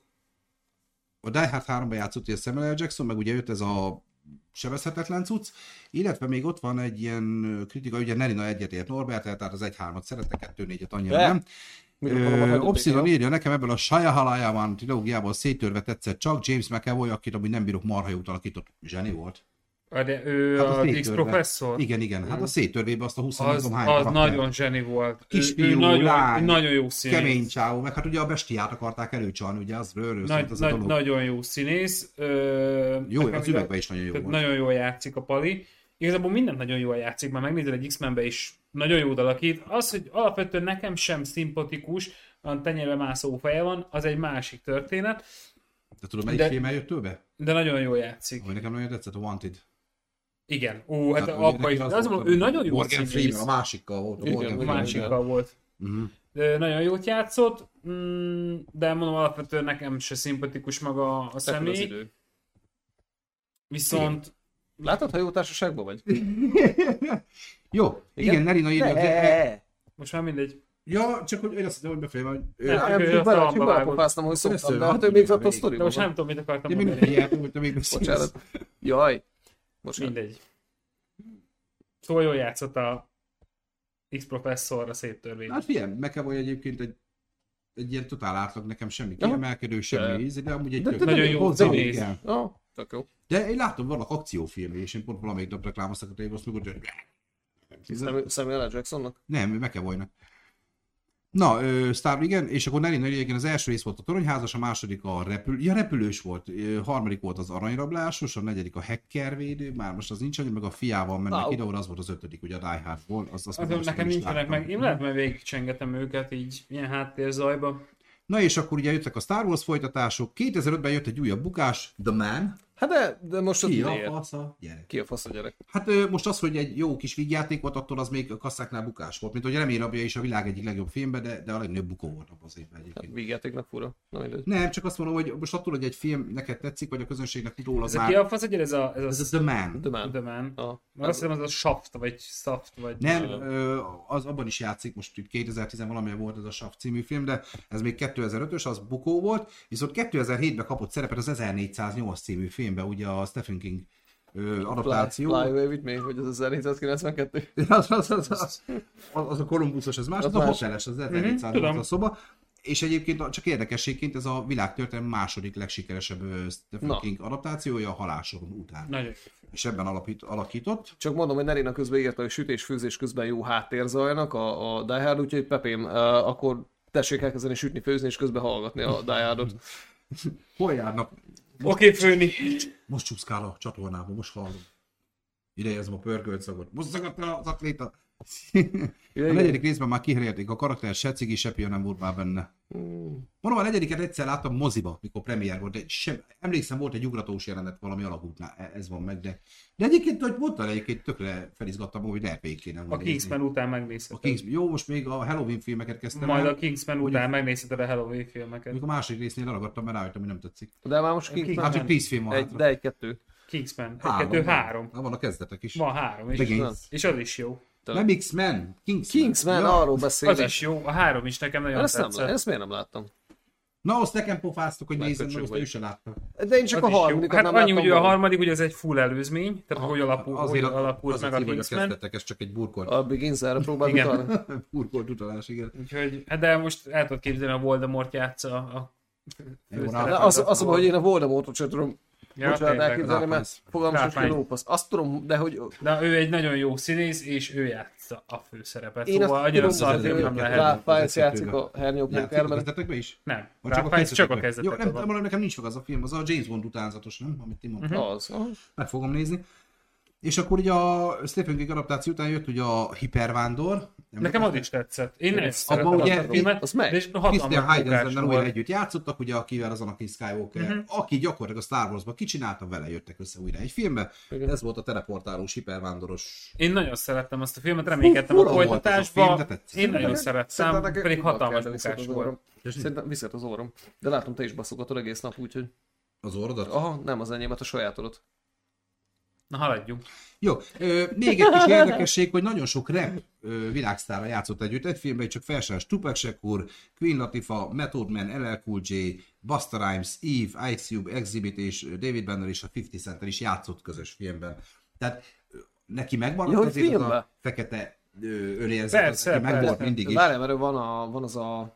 Speaker 2: 3-ban játszott ugye Samuel L. Jackson, meg ugye jött ez a sebezhetetlen cucc, illetve még ott van egy ilyen kritika, ugye Nerina egyetért Norbert, tehát az 1-3-at szerette, 2-4-et annyira nem. Obsidian írja nekem, ebből a Shyamalan trilógiából széttörve tetszett csak James McAvoy, akit amúgy nem bírok, marha jót alakított, zseni volt.
Speaker 1: De ő hát az X-professzor?
Speaker 2: Igen. Hát a széttörvében azt a 20
Speaker 1: az nagyon zseni volt.
Speaker 2: Kisfiú,
Speaker 1: lány, nagyon jó színész.
Speaker 2: Kemény csávó, meg hát ugye a bestiát akarták előcsalni, ugye az rőről szólt az a dolog.
Speaker 1: Nagyon jó színész.
Speaker 2: Jó, az üvegben is nagyon jó volt.
Speaker 1: Nagyon jól játszik a Pali. Igazából mindent nagyon jól játszik, már megnézed egy X-Menbe is nagyon jó alakít. Az, hogy alapvetően nekem sem szimpatikus, a tenyérbe mászó feje van, az egy másik történet.
Speaker 2: De tudom, melyik film eljött be?
Speaker 1: De nagyon jól játszik.
Speaker 2: Ami nekem nagyon tetszett, a Wanted.
Speaker 1: Igen, hát abba is. Az mondom, ő nagyon jó
Speaker 2: színész. A másikkal volt.
Speaker 1: A másikkal volt. De nagyon jót játszott, de mondom, alapvetően nekem se szimpatikus maga a személy. Viszont...
Speaker 3: Látod, ha jó társaságban vagy?
Speaker 2: Jó, igen, Nerina írja.
Speaker 1: Most már mindegy.
Speaker 2: Ja, csak hogy én azt hittem, hogy befejezem, hogy...
Speaker 3: Nem, belapofáztam, hogy szoktam, de hát ő mégzott a sztoriban.
Speaker 1: De most nem tudom, mit akartam
Speaker 2: mondani.
Speaker 3: Bocsánat. Jaj.
Speaker 1: Mindegy. Szóval jól játszott a X-professzor a széttörvény.
Speaker 2: Hát figyelj, McAvoy egyébként egy ilyen totál átlag, nekem semmi kiemelkedő, semmi íz, de amúgy egy
Speaker 1: nagyon jó zenész.
Speaker 3: Tök jó.
Speaker 2: De én látom, vannak akciófilmé, és én pont valamelyik nap reklámoztak a tévét, azt meg úgy,
Speaker 3: hogy... Samuel L. Jacksonnak?
Speaker 2: Nem, McAvoynak. Na, igen, és akkor igen, az első rész volt a toronyházas, a második a repülős volt, harmadik volt az aranyrablásos, a negyedik a hackervédő, már most az nincs annyi, meg a fiával mennek ide, az volt az ötödik, ugye a Die Hardból.
Speaker 1: Azon nekem nincsenek meg, én lehet, mert végigcsengetem őket így ilyen háttérzajba.
Speaker 2: Na és akkor ugye jöttek a Star Wars folytatások, 2005-ben jött egy újabb bukás, The Man.
Speaker 3: Hát de most
Speaker 2: ki a fasz a gyerek?
Speaker 3: Ki a fasz a gyerek?
Speaker 2: Hát most az, hogy egy jó kis vígjáték volt, attól az még a kasszáknál bukás volt. Mint hogy Remélyrabja is a világ egyik legjobb filmbe, de a legnagyobb bukó volt abban az évben egyébként.
Speaker 3: Hát vígjátéknak fura.
Speaker 2: Nem, csak azt mondom, hogy most attól, hogy egy film neked tetszik, vagy a közönségnek róla
Speaker 1: már... Ki a fasz a gyerek? Ez a
Speaker 2: The Man.
Speaker 1: The Man. Azt hiszem, az a Shaft, vagy Saft, vagy...
Speaker 2: Nem, az abban is játszik, most itt 2010 valamilyen volt ez a Shaft című film, de ez még 2005-ös, az bukó volt, viszont 2007-ben kapott szerepet az 1408 című filmbe, ugye a Stephen King adaptáció.
Speaker 3: Fly Away With Me, hogy az 1492.
Speaker 2: Az a Kolumbuszos, ez más, az a hoteles, az 1408 a szoba. És egyébként csak érdekességként ez a világtörténelem második legsikeresebb Stephen King adaptációja a Halálsoron után.
Speaker 1: Nagyon.
Speaker 2: És ebben alakított.
Speaker 3: Csak mondom, hogy Nerina közben írta, hogy sütés-főzés közben jó háttérzajnak a Die Hard, úgyhogy Pepém, akkor tessék elkezdeni sütni, főzni és közben hallgatni a Die Hardot.
Speaker 2: Hol járnak?
Speaker 1: Oké, főni.
Speaker 2: Most csúszkál a csatornában, most hallom. Idejezem a pörkölt szagot. Most szagadt az atléta. A negyedik részben már kiherélték a karakter, se cigi, se pia nem volt már benne. Mondom, a negyediket egyszer láttam moziba, mikor premier volt, de emlékszem, volt egy ugratós jelenet valami alagútnál, ez van meg, de egyébként, hogy mondtad, egyébként tökre felizgattam, hogy RP kéne.
Speaker 1: A Kingsman után megnézheted.
Speaker 2: Jó, most még a Halloween filmeket kezdtem.
Speaker 1: Majd a Kingsman után megnézheted a Halloween filmeket.
Speaker 2: Még a második résznél leragadtam, mert rájöttem, hogy nem tetszik.
Speaker 3: De már most Kingsman.
Speaker 2: Hát csak 10 film van.
Speaker 3: De egy-kettő.
Speaker 1: Kingsman. Egy-kettő-három.
Speaker 2: Van a kezdetek is.
Speaker 1: Van 3 is. És az is jó.
Speaker 2: Nem X-Men,
Speaker 3: Kingsman, arról beszélek.
Speaker 1: Az is jó, a 3 is nekem nagyon tetszett.
Speaker 3: Ezt miért nem láttam?
Speaker 2: Na, azt nekem pofáztok, hogy nézzem, mert azt ő sem láttam.
Speaker 3: De én csak a harmadikat
Speaker 1: hát
Speaker 3: nem
Speaker 1: annyi,
Speaker 3: láttam.
Speaker 1: hogy a harmadik, ugye ez egy full előzmény, tehát hogy alapult meg a Kingsman.
Speaker 2: Ez csak egy burkolt.
Speaker 3: A Begins erre próbált utalni.
Speaker 2: Burkolt utalás, igen.
Speaker 1: Úgyhogy, de most el tudod képzelni, a Voldemort játsza a
Speaker 3: az, hogy én a Voldemortot sem tudom bocsánat elképzelni, mert fogalmam sem lópasz. Azt tudom, de hogy...
Speaker 1: De ő egy nagyon jó színész, és ő játsza a főszerepet. Szóval annyira szarfilm nem lehet.
Speaker 3: Ralph Fiennes játszik a hernyópókerben.
Speaker 2: Kezdetekben is?
Speaker 1: Nem. Ralph Fiennes csak a kezdetekben.
Speaker 2: Jó, nem, nekem nincs meg az a film, az a James Bond utánzatos, nem? Amit ti mondtál.
Speaker 3: Az.
Speaker 2: Meg fogom nézni. És akkor ugye a Stephen King adaptáció után jött ugye a Hipervándor.
Speaker 1: Nekem az is tetszett. Én ezt
Speaker 2: szeretem
Speaker 1: azt a filmet.
Speaker 3: Az meg.
Speaker 2: Christian Heidenstennel újra együtt játszottak, ugye akivel az Anakin Skywalker, aki gyakorlatilag a Star Wars-ban kicsinálta, vele jöttek össze újra egy filmbe. Ez volt a teleportálós, hipervándoros.
Speaker 1: Én nagyon szerettem azt a filmet, reménykedtem a folytatásba. Én nagyon szerettem, pedig hatalmas bukás volt.
Speaker 3: Szerintem viszont az orrom. De látom, te is baszogatod egész nap, úgyhogy...
Speaker 2: Az orrodat?
Speaker 3: Aha, nem az enyémet, a sajátodat.
Speaker 1: Na, haladjunk.
Speaker 2: Jó, még egy kis érdekesség, hogy nagyon sok rap világsztárra játszott együtt. Egy filmben csak felsorolás Tupac Shakur, Queen Latifah, Method Man, LL Cool J, Busta Rhymes, Eve, Ice Cube, Exhibit és David Banner és a 50 Cent is játszott közös filmben. Tehát neki megvan azért az a fekete önérzet, aki megvolt mindig is.
Speaker 3: Várjál, mert van az a...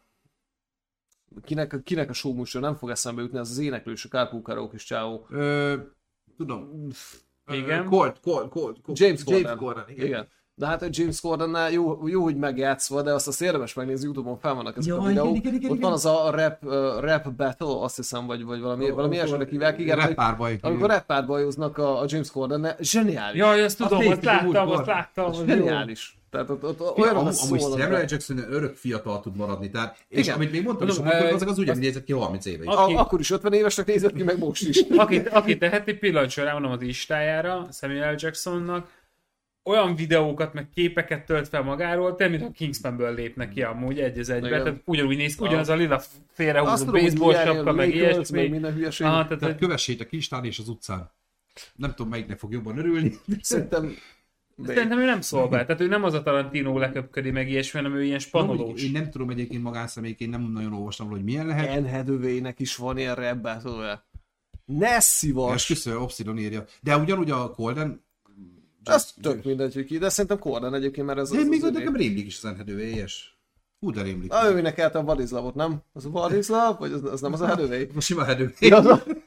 Speaker 3: Kinek a show műsor nem fog eszembe jutni, az éneklős, a Carpool Karaoke és Ciao.
Speaker 2: Tudom.
Speaker 1: Igen.
Speaker 3: James Corden. Igen. De hát a James Cordennel jó, hogy megjátszva, de azt érdemes megnézni, YouTube-on fel vannak ezek a videók. Ott van az a rap battle, azt hiszem, vagy valami ilyesminek hívják. Igen, amikor rap párbajoznak a James Cordennel. Zseniális.
Speaker 1: Jaj, ezt tudom, azt láttam.
Speaker 3: Zseniális. Tehát ott olyan
Speaker 2: amúgy Samuel Jackson örök fiatal tud maradni. Tehát, és amit még mondtam, az ugyanúgy nézett ki 30 éve is.
Speaker 3: Akkor is 50 évesnek nézett ki, meg most is.
Speaker 1: Aki teheti, pillanatban rámondom az listájára, Samuel Jacksonnak, olyan videókat, meg képeket tölt fel magáról, mint a Kingsmanből lépnek ki amúgy egy az egybe. Tehát ugyanúgy néz ki, ugyanaz a lila félrehúzó baseball sapka, meg ilyesmi.
Speaker 2: Tehát kövessétek Instán és az utcán. Nem tudom, melyiknek fog jobban örülni.
Speaker 1: Szerintem ő nem szól be, tehát ő nem az a Tarantino leköpködi meg ilyesmi, hanem ő ilyen spanolós.
Speaker 2: Én nem tudom egyébként magánszemélyként, nem nagyon olvastam, hogy milyen lehet.
Speaker 3: Anne Hathaway-nek is van ilyen rap battle-je. Ne szívas!
Speaker 2: Esküszöm, Obsidon írja. De ugyanúgy a Corden...
Speaker 3: Ez tök mindegy, hogy ki, de szerintem Corden egyébként, mert ez
Speaker 2: az... Még nekem rémlik is az Anne Hathaway-es. Hú, de rémlik.
Speaker 3: Ő énekelte a Vadizlavot, nem? Az a Vadislav? Vagy az nem az a Hathaway?
Speaker 2: Most sima Hathaway.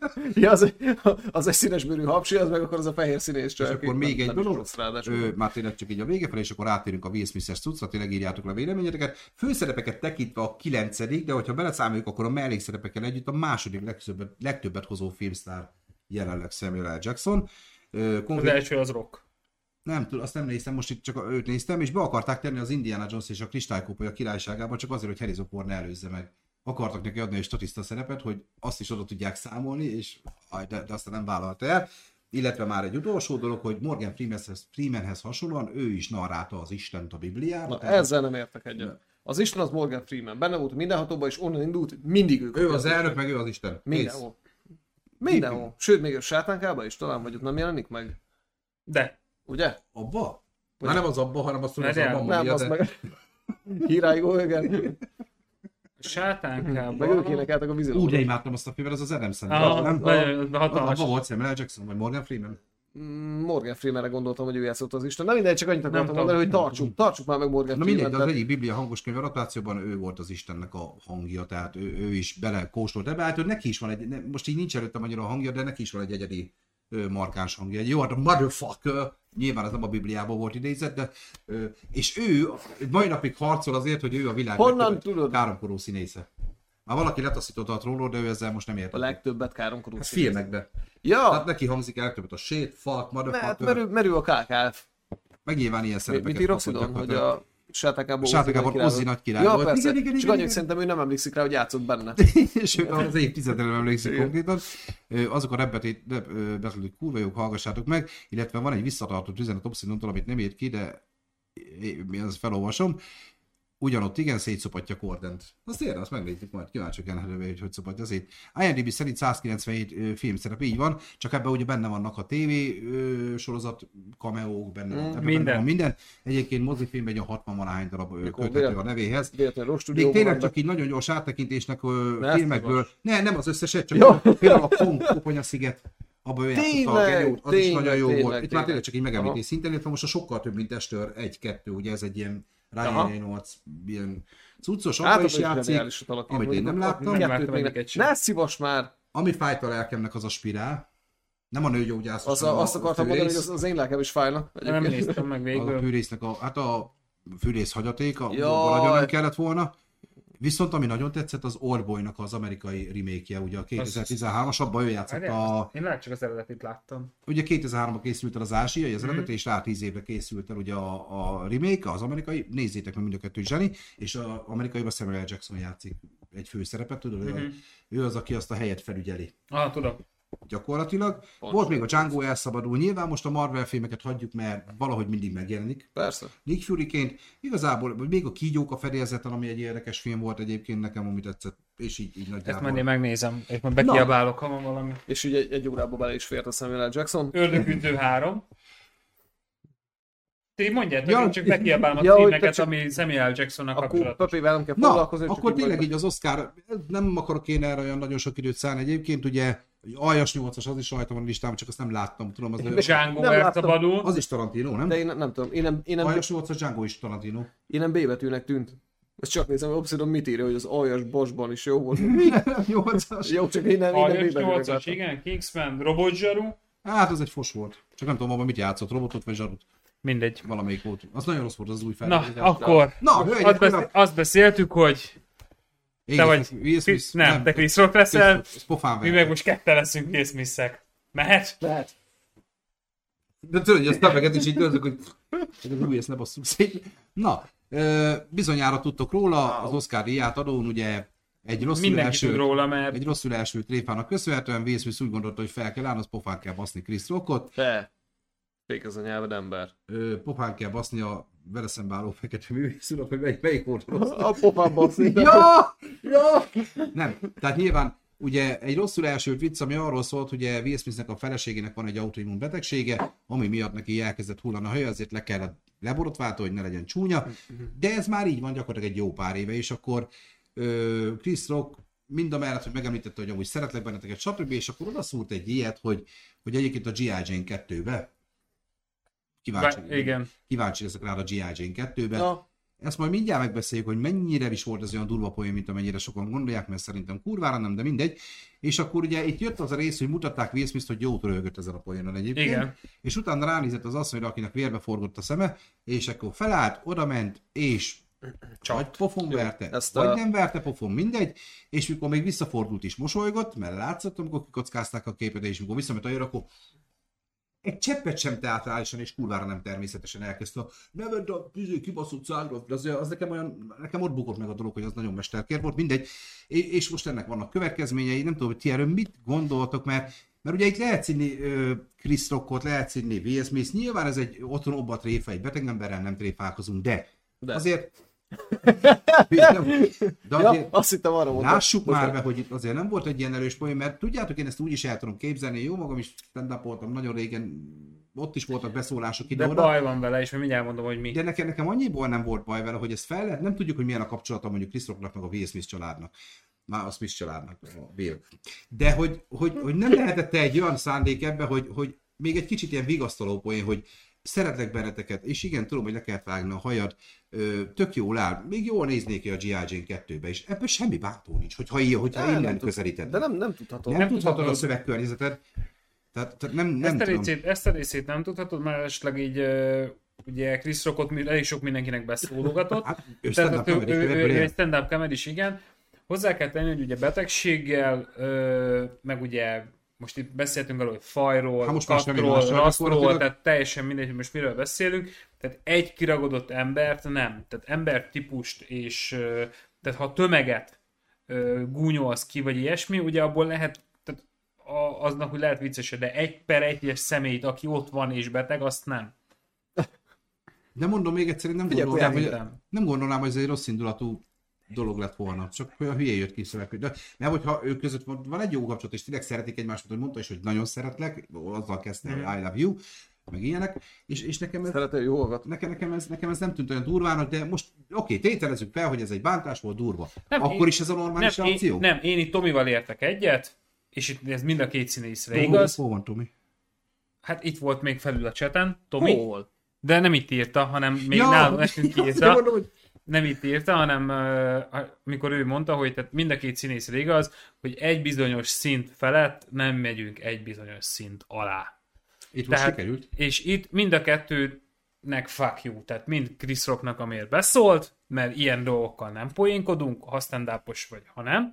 Speaker 3: Ja, az egy színesbőrű hapsi, az meg akkor az a fehér színés csak.
Speaker 2: És akkor még egy dolog, már tényleg csak így a vége felé, és akkor átérünk a Will Smith-es cuccra, tényleg írjátok le a véleményeteket. Főszerepeket tekintve a 9., de hogyha beleszámoljuk, akkor a mellékszerepekkel együtt a második legtöbbet hozó filmsztár jelenleg Samuel L. Jackson.
Speaker 1: Az első az Rock.
Speaker 2: Nem tudom, azt nem néztem, most itt csak őt néztem, és be akarták tenni az Indiana Jones és a Kristálykópolya királyságában, csak azért, hogy Harrison Ford ne előzze meg. Akartak neki adni egy statiszta szerepet, hogy azt is oda tudják számolni, és de aztán nem vállalta el. Illetve már egy utolsó dolog, hogy Morgan Freemanhez hasonlóan ő is narrálta az Istent a Bibliában.
Speaker 3: Na, ezzel nem értek egyet. Az Isten az Morgan Freeman. Benne volt mindenhatóban, és onnan indult, mindig
Speaker 2: ő az elnök, meg ő az Isten.
Speaker 3: Mindenhol. Mindenhol. Sőt, még a sátánkában is talán, vagy ott nem jelenik meg.
Speaker 1: De.
Speaker 3: Ugye?
Speaker 2: Abba? Már nem az abba, hanem azt
Speaker 1: mondom,
Speaker 2: az abba.
Speaker 3: Nem, az meg... Híráigó, igen.
Speaker 1: Sátánkában.
Speaker 3: Meg ők énekeltek a vízilóban.
Speaker 2: Úgy imádtam azt a filmet, az az Adam Sandler.
Speaker 1: Hatalmas.
Speaker 2: Abba volt Samuel L. Jackson, vagy Morgan Freeman?
Speaker 3: Morgan Freemanre gondoltam, hogy ő játszott az Isten. Na mindegy, csak annyit akartam mondani, hogy tartsuk már meg Morgan Freeman.
Speaker 2: Na mindegy, az egyik Biblia hangos könyv adaptációban ő volt az Istennek a hangja, tehát ő is belekóstolt ebbe. Hát neki is van egy, most így nincs előttem annyira a hangja, de neki is van egy egyedi markáns hangja. Egy jó, a motherfucker, nyilván ez nem a Bibliában volt idézett, de és ő mai napig harcol azért, hogy ő a világ legtöbbet káromkodó színésze. Már valaki letaszította a trollról, de ő ezzel most nem ért.
Speaker 3: A legtöbbet káromkodó
Speaker 2: hát filmekben.
Speaker 3: Ja.
Speaker 2: Hát neki hangzik el legtöbbet a shit, fuck, motherfucker.
Speaker 3: Mert ő a KKF.
Speaker 2: Meg nyilván ilyen szerepeket.
Speaker 3: Mit írok Szidon, hogy a
Speaker 2: Sátákában Ozzy nagy király
Speaker 3: ja,
Speaker 2: volt.
Speaker 3: Persze. Csak annyit szerintem ő nem emlékszik rá, hogy játszott benne.
Speaker 2: És ő az évtizedre nem emlékszik konkrétan. Azok a repetét kurva jók, hallgassátok meg, illetve van egy visszatartott üzenet Obsidiantól, amit nem írt ki, de mi az felolvasom. Ugyanott igen, szétszopatja Cordent. Azt érde, azt megnézzük majd, kíváncsiak elhelyre, hogy szopatja szét. IMDb szerint 197 filmszerep, így van, csak ebben ugye benne vannak a TV sorozat, cameók, benne van minden. Egyébként mozifilmben egy 60-valahány darab köthető a nevéhez. Még tényleg csak így nagyon gyors áttekintésnek filmekből. Nem az összeset, csak például a Koponya-sziget. Abban ő játszott a Genyót, az is nagyon jó volt. Itt már tényleg csak így megemlítés szinten, illetve most a sokkal több, mint Testőr 1-2, ugye ez egy ilyen Ryan Reynolds, ilyen cuccos, abban is játszik, amit én nem láttam.
Speaker 3: Ne szívas már!
Speaker 2: Ami fájt a lelkemnek, az a spirál. Nem a nőgyógyász.
Speaker 3: Azt akartam mondani, hogy az én lelkem is fájna.
Speaker 1: Nem néztem meg végül.
Speaker 2: A fűrésznek a fűrész hagyatéka, nagyon nem kellett volna. Viszont ami nagyon tetszett, az Oldboynak az amerikai remake-je, ugye a 2013-as, abban ő játszott a...
Speaker 1: Én csak az eredetit láttam.
Speaker 2: Ugye 2003-ban készült el az ázsiai, az eredeti, és rá 10 évre készült el ugye a remake, az amerikai, nézzétek meg mind a kettő zseni, és az amerikaiban Samuel L. Jackson játszik egy főszerepet, tudod, ő az, aki azt a helyet felügyeli.
Speaker 1: Tudom.
Speaker 2: Gyakorlatilag. Volt még a Django elszabadul. Nyilván most a Marvel filmeket hagyjuk, mert valahogy mindig megjelenik.
Speaker 3: Persze.
Speaker 2: Nick Furyként. Igazából még a Kígyók a fedélzeten, ami egy érdekes film volt egyébként nekem, amit tetszett. És így nagyjából.
Speaker 1: Ezt majd én megnézem, és majd bekiabálok, ha van valami.
Speaker 3: És ugye egy órába bele is fért a Samuel L. Jackson.
Speaker 1: Ördögütő 3. Ti mondjátok, én csak bekiabálom a címeket, ami Samuel L. Jacksonnak kapcsolatos.
Speaker 3: Pöpével nem kell foglalkozni.
Speaker 2: Akkor tényleg így az Oscar, nem akarok én erre olyan nagyon sok időt szállni egyébként, ugye Aljas 8-as, az is rajta van a listám, csak azt nem láttam, tudom. Az
Speaker 1: Django elszabadul.
Speaker 2: Az is Tarantino, nem?
Speaker 3: De én nem tudom.
Speaker 2: Aljas 8-as, Django is Tarantino.
Speaker 3: Én nem B betűnek tűnt. Ezt csak nézem, hogy Obsidian mit írja, hogy az Aljas Bosban is jó volt.
Speaker 2: 8-as.
Speaker 3: Jó, csak én nem B betűnek.
Speaker 1: 8-as, igen, Kingsman, Robot Zsaru.
Speaker 2: Hát az egy fos volt. Csak nem tudom, abban mit játszott, robotot vagy zsarut.
Speaker 1: Mindegy.
Speaker 2: Valamelyik volt. Az nagyon rossz volt, az új felvétel.
Speaker 1: Na, akkor. Azt beszéltük, hogy te vagy... Nem, te Chris Rock leszel. Mi meg most ketten leszünk Will Smith-ek. Mehet?
Speaker 3: Mehet.
Speaker 2: De tudod, hogy azt neveket is így tudod, hogy új, ezt ne basszuk szét. Na, bizonyára tudtok róla, az Oscar díját adón, ugye egy rosszul első tréfának köszönhetően Will Smith úgy gondolta, hogy fel kell állni, az pofán kell baszni Chris Rockot.
Speaker 3: Fék az a nyelved ember.
Speaker 2: Pofán kell baszni a vele szembe álló fekete művészúrat, hogy melyik volt rossz.
Speaker 3: A pofán baszni.
Speaker 2: Ja! Nem, tehát nyilván ugye egy rosszul elsült vicc, ami arról szólt, hogy Will Smithnek a feleségének van egy autoimmun betegsége, ami miatt neki elkezdett hullani a haja, ezért le kellett leborotváltani, hogy ne legyen csúnya. De ez már így van gyakorlatilag egy jó pár éve, és akkor Chris Rock mindamellett, hogy megemlítette, hogy amúgy szeretlek benneteket, stb. És akkor odaszúrt egy ilyet, hogy egyébként a G.I. Jane 2-be kíváncsi ezek rá a G.I. Jane 2-be. Ja. ezt majd mindjárt megbeszéljük, hogy mennyire is volt ez olyan durva poén, mint amennyire sokan gondolják, mert szerintem kurvára nem, de mindegy. És akkor ugye itt jött az a rész, hogy mutatták Will Smith-t, hogy jót röhögött ezen a poénon egyébként. Igen. És utána ránézett az asszonyra, akinek vérbe forgott a szeme, és akkor felállt, odament, és vagy pofon verte, vagy nem verte pofon, mindegy, és mikor még visszafordult is mosolygott, mert látszott, amikor kikockázták a képet, és mikor visszament a jön, akkor egy cseppet sem teátrálisan és kurvára nem természetesen elkezdte a neved a kibaszott szágra, de az nekem ott bukott meg a dolog, hogy az nagyon mesterkér volt, mindegy, és most ennek vannak következményei, nem tudom, hogy ti erről mit gondoltok, mert ugye itt lehet színni Chris Rockot, lehet színni Will Smith, nyilván ez egy otthon obba tréfa, egy beteg emberrel nem tréfálkozunk, de. Azért
Speaker 3: azt hittem arra mondtam.
Speaker 2: Lássuk már be, hogy itt azért nem volt egy ilyen erős poén, mert tudjátok, én ezt úgy is el tudom képzelni, jó magam is stand-upoltam nagyon régen, ott is voltak beszólások ide-oda.
Speaker 1: De baj van vele, és mindjárt mondom, hogy mi.
Speaker 2: De nekem annyiból nem volt baj vele, hogy ez fel lehet, nem tudjuk, hogy milyen a kapcsolata mondjuk Chris Rocknak meg a Will Smith családnak. Már a Smith családnak, a Will. De hogy nem lehetett egy olyan szándék ebbe, hogy még egy kicsit ilyen vigasztaló poén, hogy szeretlek benneteket, és igen, tudom, hogy le kell vágni a hajad, tök jól áll, még jól néznék ki a G.I. Jane 2-be, és ebből semmi bántó nincs, hogyha innen közelíted.
Speaker 3: De nem tudhatod.
Speaker 2: Nem tudhatod a szövegkörnyezeted. Tehát nem
Speaker 1: ezt a részét nem tudhatod, mert esetleg így ugye Chris Rockot elég sok mindenkinek beszólogatott.
Speaker 2: Hát,
Speaker 1: ő egy stand-up comedy is, igen. Hozzá kell tenni, hogy ugye betegséggel, meg ugye most itt beszéltünk arról, hogy fajról, katról, rasztról, tehát teljesen mindegy, hogy most miről beszélünk. Tehát egy kiragadott embert nem. Tehát embertípust és tehát ha tömeget gúnyolsz ki, vagy ilyesmi, ugye abból lehet, tehát aznak, hogy lehet vicces, de egy per egyes személyt, aki ott van és beteg, azt nem.
Speaker 2: De mondom még egyszer, nem gondolnám, hogy ez egy rossz indulatú dolog lett volna, csak olyan hülye jött ki szöveg. De mert hogyha ők között van egy jó kapcsolat, és tényleg szeretik egymást, hogy mondta is, hogy nagyon szeretlek, azzal kezdte, hogy I love you, meg ilyenek, és nekem ez, nekem ez nem tűnt olyan durvának, de most oké, tételezzük fel, hogy ez egy bántás volt, durva. Akkor is ez a normális reakció?
Speaker 1: Én itt Tomival értek egyet, és itt ez mind a két színészre igaz.
Speaker 2: Hol van Tomi?
Speaker 1: Hát itt volt még felül a cseten, Tomi. Hol? De nem itt írta, hanem még nekünk írta. Nem itt írta, hanem amikor ő mondta, hogy tehát mind a két színészre igaz, hogy egy bizonyos szint felett nem megyünk egy bizonyos szint alá.
Speaker 2: Itt most sikerült.
Speaker 1: És itt mind a kettőnek fuck you, tehát mind Chris Rocknak, amiért beszólt, mert ilyen dolgokkal nem poénkodunk, ha stand-upos vagy, ha nem.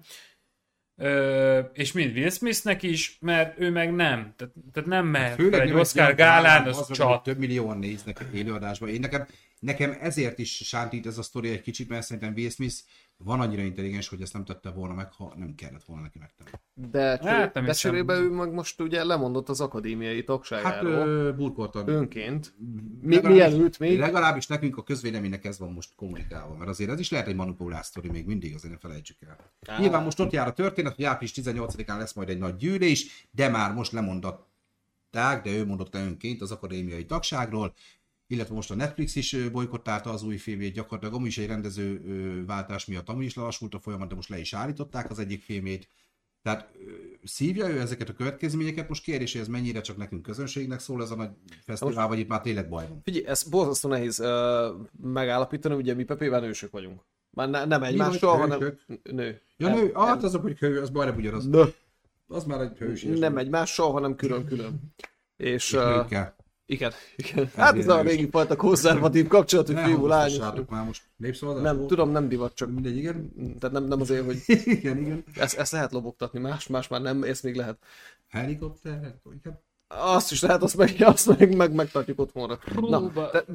Speaker 1: És mind Will Smithnek is, mert ő meg nem. Tehát nem mehet fel egy Oscar gálán, az csat.
Speaker 2: Több millióan néznek élőadásban. Nekem ezért is sántít ez a sztori egy kicsit, mert szerintem Will Smith van annyira intelligens, hogy ezt nem tette volna meg, ha nem kellett volna neki megtenni.
Speaker 3: De cserébe ő meg most ugye lemondott az akadémiai tagságáról.
Speaker 2: Hát burkoltan.
Speaker 3: Önként. Mielőtt még.
Speaker 2: Legalábbis nekünk a közvéleménynek ez van most kommunikálva, mert azért ez is lehet egy manipulás sztori még mindig, azért ne felejtsük el. Nyilván most ott jár a történet, hogy április 18-án lesz majd egy nagy gyűlés, de már most lemondották, de ő mondott le önként az akadémiai tagságról, illetve most a Netflix is bojkottálta az új filmjét, gyakorlatilag amúgy is egy rendezőváltás miatt amúgy is lelassult a folyamat, de most le is állították az egyik filmét. Tehát szívja ő ezeket a következményeket, most kérdés, hogy ez mennyire csak nekünk közönségnek szól ez a nagy fesztivál, vagy itt már tényleg baj van.
Speaker 3: Figyelj, ez borzasztó nehéz megállapítani, ugye mi Pepével nősök vagyunk. Már nem egymással, hanem nő.
Speaker 2: Ja, nő, hát azok, hogy kő, az majdnem ugyanaz. Nő. Az már egy hősies.
Speaker 3: Nem egymással, hanem külön-külön. És igen.
Speaker 2: Hát
Speaker 3: ez a régi fajta konzervatív kapcsolat, hogy fiú, lány.
Speaker 2: Már most népszavazás?
Speaker 3: Nem, tudom, nem divat, csak
Speaker 2: mindegy, igen.
Speaker 3: Tehát nem azért, hogy
Speaker 2: igen.
Speaker 3: Ezt lehet lobogtatni, más már nem, ezt még lehet.
Speaker 2: Helikopter, igen.
Speaker 3: Azt is lehet, azt meg megtartjuk otthonra. Na,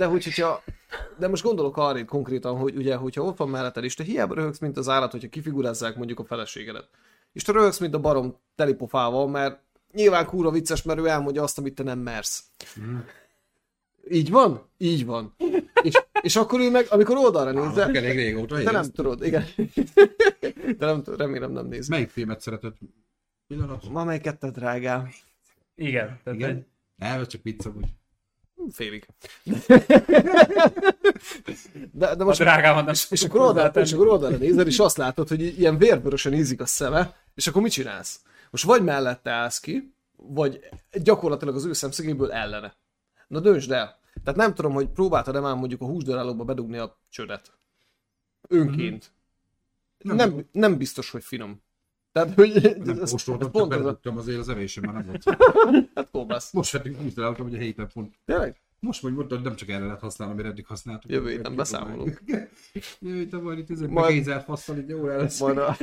Speaker 3: de most gondolok arra konkrétan, hogy ugye, hogyha ott van melletted, és te hiába röhögsz, mint az állat, hogyha kifigurázzák mondjuk a feleségedet. És te röhögsz, mint a barom telipofával, mert nyilván kurva vicces, mert ő elmondja azt, amit te nem mersz. Így van? Így van. És akkor ő meg, amikor oldalra nézel...
Speaker 2: Elég régóta
Speaker 3: te nem tudod, igen. De nem tudod, remélem nem néz.
Speaker 2: Melyik filmet szereted?
Speaker 3: Ma melyiket te, drágám?
Speaker 1: Igen.
Speaker 2: Igen? Nem, csak vicc amúgy.
Speaker 3: Félig. De most...
Speaker 1: A drágám,
Speaker 3: és akkor oldalra nézel, és azt látod, hogy ilyen vérvörösen ízik a szeme, és akkor mit csinálsz? Most vagy mellette állsz ki, vagy gyakorlatilag az ő szemszögéből ellene. Na döntsd el. Tehát nem tudom, hogy próbáltad-e már mondjuk a húsdarálóba bedugni a csödet. önként. Nem biztos, hogy finom. Tehát, hogy...
Speaker 2: Nem kóstoltam, csak beledugtam azért az evésem, már nem volt.
Speaker 3: Hát kolbász.
Speaker 2: Most vettünk, úgy találtam, hogy a héten pont.
Speaker 3: Tényleg?
Speaker 2: Most vagy mondtad, nem csak erre lehet használni, amire eddig használtuk.
Speaker 3: Jövő héten beszámolunk.
Speaker 2: Jövő héten majd itt ezért kézzel fasszal, így jó lesz.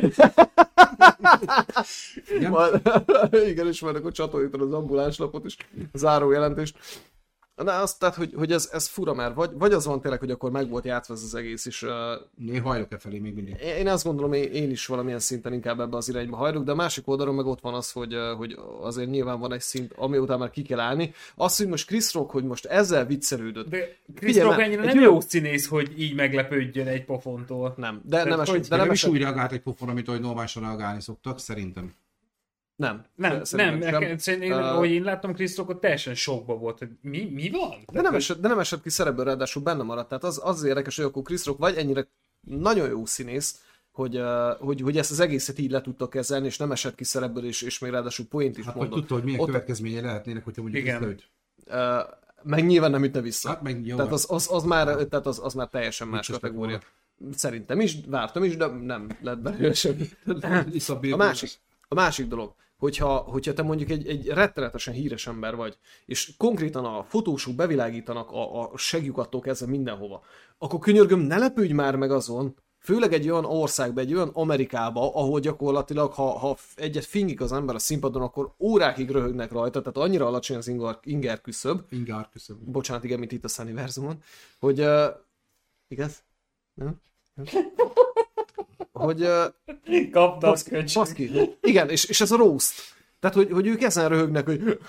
Speaker 3: Igen, és majd akkor csatoljuk az ambulánslapot is, a zárójelentést. Na azt, tehát, hogy ez fura már, vagy az van tényleg, hogy akkor meg volt játszva ez az egész is.
Speaker 2: Én hajlok felé még mindig.
Speaker 3: Én azt gondolom, én is valamilyen szinten inkább ebbe az irányba hajlok, de a másik oldalon meg ott van az, hogy azért nyilván van egy szint, ami után már ki kell állni. Az, hogy most Chris Rock, hogy most ezzel viccelődött.
Speaker 1: De Chris Rock ennyire nem jó színész, hogy így meglepődjön egy pofontól.
Speaker 3: Nem, de
Speaker 2: nem is úgy reagált egy pofon, amit ahogy normálisan reagálni szoktak, szerintem.
Speaker 1: Nem, ahogy én láttam Chris Rockot, teljesen sokba volt, hogy mi van?
Speaker 3: De nem esett ki szerepből, ráadásul benne maradt. Tehát az érdekes, hogy akkor Chris Rock vagy ennyire nagyon jó színész, hogy ezt az egészet így le tudta kezelni, és nem esett ki szerepből, és még ráadásul poént is mondott.
Speaker 2: Tudta, hogy milyen következményei lehetnének, hogyha mondjuk visszaüt.
Speaker 3: Meg nyilván nem ütne vissza.
Speaker 2: Hát meg jó.
Speaker 3: Tehát az már teljesen más kategória. Szerintem is, vártam is, de nem lett belőle semmi. A másik dolog, hogyha te mondjuk egy rettenetesen híres ember vagy, és konkrétan a fotósok bevilágítanak a segjukattól kezdve mindenhova, akkor könyörgöm, ne lepődj már meg azon, főleg egy olyan országba, egy olyan Amerikába, ahol gyakorlatilag, ha egyet fingik az ember a színpadon, akkor órákig röhögnek rajta, tehát annyira alacsony az inger küszöb. Bocsánat, igen, mint itt a Sunnyversumon, hogy... igaz? Nem? Hogy...
Speaker 1: Kaptasz, köcsög.
Speaker 3: Igen, és ez a roast. Tehát, hogy ők ezen röhögnek, hogy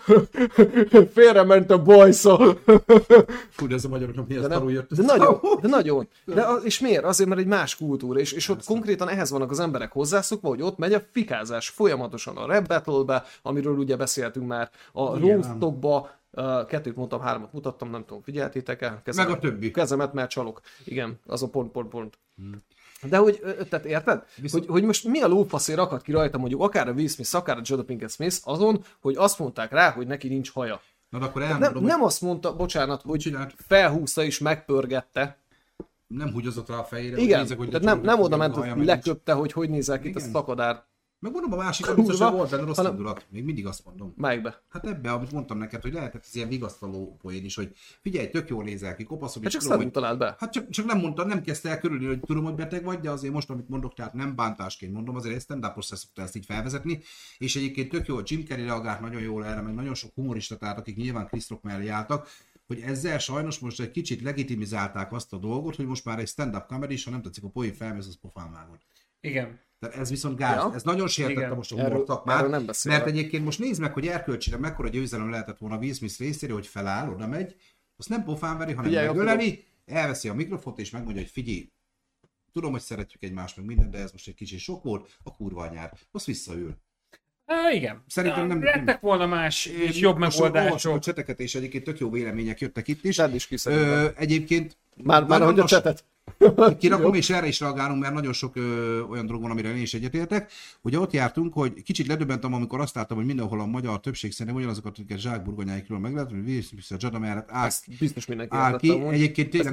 Speaker 3: félrement a bajsza.
Speaker 2: Fú, de ez a magyaroknak miért tanul jött?
Speaker 3: De nagyon. És miért? Azért, mert egy más kultúra, és ott konkrétan ehhez vannak az emberek hozzászokva, hogy ott megy a fikázás folyamatosan a rap battle-be, amiről ugye beszéltünk már, a roastokba, kettőt mondtam, 3 mutattam, nem tudom, figyeltétek el?
Speaker 2: Meg a többi.
Speaker 3: Kezemet, mert csalok. Igen, az a pont. De hogy, tehát érted? Hogy most mi a lófaszér akad ki rajta, mondjuk akár a Will Smith, akár a Jada Pinkett Smith azon, hogy azt mondták rá, hogy neki nincs haja.
Speaker 2: Na, akkor elmondom,
Speaker 3: nem azt mondta, bocsánat, hogy felhúzta és megpörgette.
Speaker 2: Nem húgyozott rá a fejére.
Speaker 3: Igen, tehát nem oda ment, hogy leköpte, hogy nézel itt a szakadár.
Speaker 2: Meg mondom, a másik, biztos, hogy volt benne rossz indulat. Még mindig azt mondom.
Speaker 3: Melyikbe?
Speaker 2: Hát ebbe, amit mondtam neked, hogy lehetett ez ilyen vigasztaló poén is, hogy figyelj, tök jól nézel ki, kopaszom.
Speaker 3: Hát csak szedünk talált be.
Speaker 2: Hát csak nem mondta, nem kezdte el körülni, hogy tudom, hogy beteg vagy, de azért most, amit mondok, tehát nem bántásként mondom, azért egy stand-upos szokta ezt így felvezetni, és egyébként tök jó, Jim Carrey reagált nagyon jól erre, meg nagyon sok humorista, tehát akik nyilván Chris Rock mellé álltak, hogy ezzel sajnos most egy kicsit legitimizálták azt a dolgot, hogy most már egy stand-up comedy, és ha nem tetszik a poén felmész, az pofán vágod.
Speaker 1: Igen.
Speaker 2: Tehát ez viszont gáz, ez nagyon sértette most a humorszakmát, mert egyébként most nézd meg, hogy erkölcsire mekkora győzelem lehetett volna Will Smith részére, hogy feláll, oda megy, azt nem pofán veri, hanem megöleli, elveszi a mikrofont és megmondja, hogy figyelj, tudom, hogy szeretjük egymást, meg minden, de ez most egy kicsit sok volt, a kurva anyár, azt visszaül.
Speaker 1: Igen.
Speaker 2: Szerintem nem
Speaker 1: lettek volna más és jobb megoldások.
Speaker 2: A cseteket, és egyébként tök jó vélemények jöttek itt is.
Speaker 3: Tedd is ki
Speaker 2: egyébként
Speaker 3: már hogy a csetet.
Speaker 2: Kirakom, és erre is reagálunk, mert nagyon sok olyan dolog van, amire én is egyetértek. Ugye ott jártunk, hogy kicsit ledöbbentem, amikor azt láttam, hogy mindenhol a magyar többség szerintem ugyanazokat, akiket zsákburgonyáikról meg lehet, hogy vissza a Jada mellett áll ki. Egyébként tényleg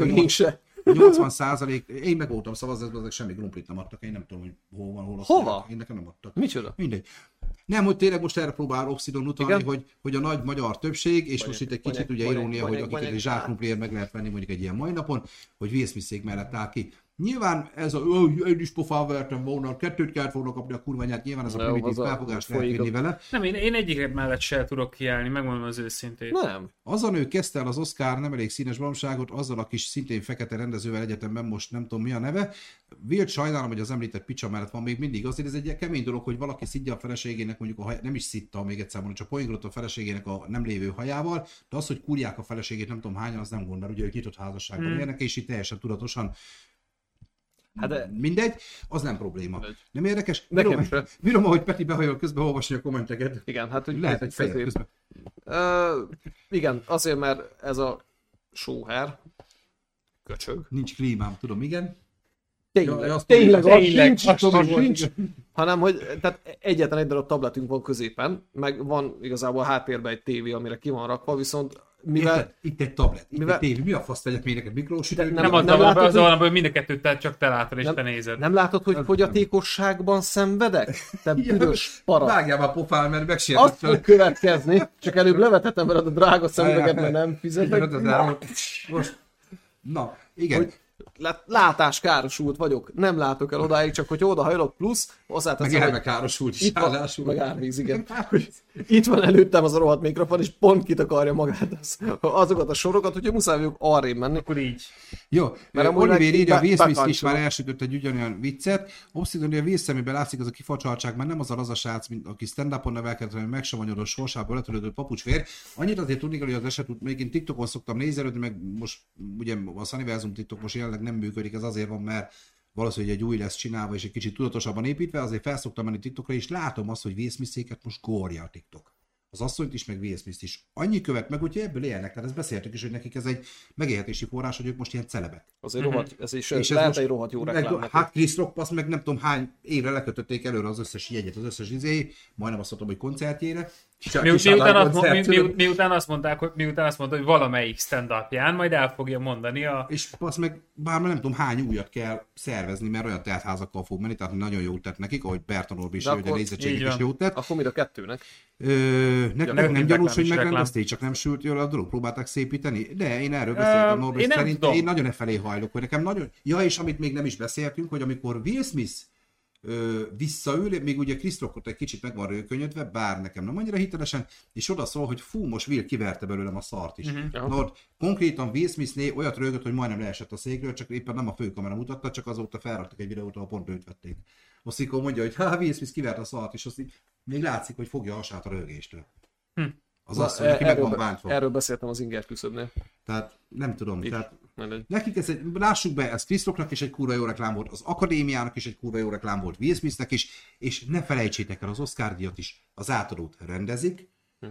Speaker 2: 80%, én meg voltam szavazni, ezek semmi grumplit nem adtak, én nem tudom, hogy hova? Én nekem nem adtak.
Speaker 3: Micsoda?
Speaker 2: Mindegy. Nem, hogy tényleg most erre próbál Oxidon utalni, hogy a nagy magyar többség, és most itt egy kicsit ugye irónia, hogy akiket egy zsákrumpliért meg lehet venni mondjuk egy ilyen mai napon, hogy Will Smith-szék mellett áll ki. Nyilván ez én is pofán vertem volna, 2 kellett volna kapni a kurványát, nyilván ez a primitív felfogást lehet vinni vele.
Speaker 1: Nem, én egyik mellett se tudok kiállni, megmondom az őszintét.
Speaker 3: Nem.
Speaker 2: Az a nő kezdte el az Oscar nem elég színes baromságot, azzal a kis szintén fekete rendezővel egyetemben, most nem tudom mi a neve. Wild sajnálom, hogy az említett picsa mellett van még mindig. Azért ez egy kemény dolog, hogy valaki szidja a feleségének, mondjuk a haját, nem is szitta, még egyszer mondom, csak poéngodott a feleségének a nem lévő hajával, de az, hogy kúrják a feleségét, nem tudom hányan, az nem gond, mert ugye ők nyitott házasságban élnek, és itt teljesen tudatosan. Hát de... Mindegy, az nem probléma. Nem érdekes? Bírom, ahogy Peti behajol közben olvasni a kommenteket.
Speaker 3: Igen, hát hogy
Speaker 2: lehet, hogy fejl közben.
Speaker 3: Igen, azért, mert ez a sóhár köcsög.
Speaker 2: Nincs klímám, tudom, igen.
Speaker 3: Tényleg, sincs. Hanem, hogy tehát egyetlen egy darab tabletünk van középen, meg van igazából a háttérben egy tévé, amire ki van rakva, viszont
Speaker 2: Itt egy tablet, itt egy tévé, mi a fasz vegyek még neked mikrosütőt?
Speaker 1: Nem az van, hogy mind a kettőt csak te látod és te nézed.
Speaker 3: Nem látod, hogy fogyatékosságban szenvedek? Te büdös paraszt.
Speaker 2: Vágjál már pofán, mert megsértett.
Speaker 3: Azt fog következni, csak előbb levethetem veled a drága szemüveget, mert nem fizetek.
Speaker 2: Most, na, igen.
Speaker 3: Hogy látáskárosult vagyok, nem látok el odáig, csak hogy odahajlok, plusz hozzáteszem,
Speaker 2: meg károsult is állásul.
Speaker 3: Meg árvíz, igen. Itt van előttem az a rohadt mikrofon, és pont kitakarja magát azokat a sorokat, hogyha muszáj vagyok arrébb menni.
Speaker 1: Akkor így.
Speaker 2: Jó, Oliver írja, a Will Smith is már elsütött egy ugyanolyan viccet. Obsidian, hogy a Will szemében látszik az a kifacsaltság, mert nem az a laza srác, mint aki stand-upon nevelkedett, hanem megsavanyodott sorsából letörődött papucsfér. Annyit azért tudni kell, hogy az eset, még én TikTokon szoktam nézelődni, meg most ugye a Sunnyversum TikTok most jelenleg nem működik, ez azért van, mert valószínűleg egy új lesz csinálva és egy kicsit tudatosabban építve, azért felszoktam menni TikTokra, és látom azt, hogy Will Smith-éket most górja a TikTok. Az asszonyt is, meg Will Smith is. Annyi követ meg, úgyhogy ebből élnek. Tehát ezt beszéltük is, hogy nekik ez egy megélhetési forrás, hogy ők most ilyen celebek.
Speaker 3: Azért rohadt, ez is és lehet egy rohadt jó reklám.
Speaker 2: Hát Chris Rock, azt meg nem tudom hány évre lekötötték előre az összes jegyet, az összes majdnem azt mondtam, hogy koncertjére.
Speaker 1: Miután azt mondta, hogy valamelyik stand-upján majd el fogja mondani a...
Speaker 2: És azt meg bár nem tudom hány újat kell szervezni, mert olyan teltházakkal fog menni, tehát nagyon jót tett nekik, ahogy Berton Orb is, hogy a nézettségek is jót tett.
Speaker 3: Akkor mind a kettőnek.
Speaker 2: Nektek nem gyanús, hogy megrendezték, csak nem sült jól a dolog, próbálták szépíteni? De én erről beszéltem, Norbert szerint, én nagyon e felé hajlok, hogy nekem nagyon... Ja, és amit még nem is beszéltünk, hogy amikor Will Smith visszaül, még ugye Chris Rockot egy kicsit meg van rőkönyödve, bár nekem nem annyira hitelesen, és oda szól, hogy fú, most Will kiverte belőlem a szart is. No, konkrétan Will Smithnél olyat rögött, hogy majdnem leesett a székről, csak éppen nem a főkamera mutatta, csak azóta felraktak egy videót, ahol pont őt vették. Azt akkor mondja, hogy Will Smith kiverte a szart, és azt így, még látszik, hogy fogja a hasát a rögéstől. Az azt, hogy neki meg van bántva.
Speaker 3: Erről beszéltem az inger küszöbnél.
Speaker 2: Tehát nem tudom, tehát nekik ez lássuk be, ez Chris Rocknak is egy kurva jó reklám volt, az Akadémiának is egy kurva jó reklám volt, Will Smithnek is, és ne felejtsétek el, az Oscar-díjat is az átadót rendezik.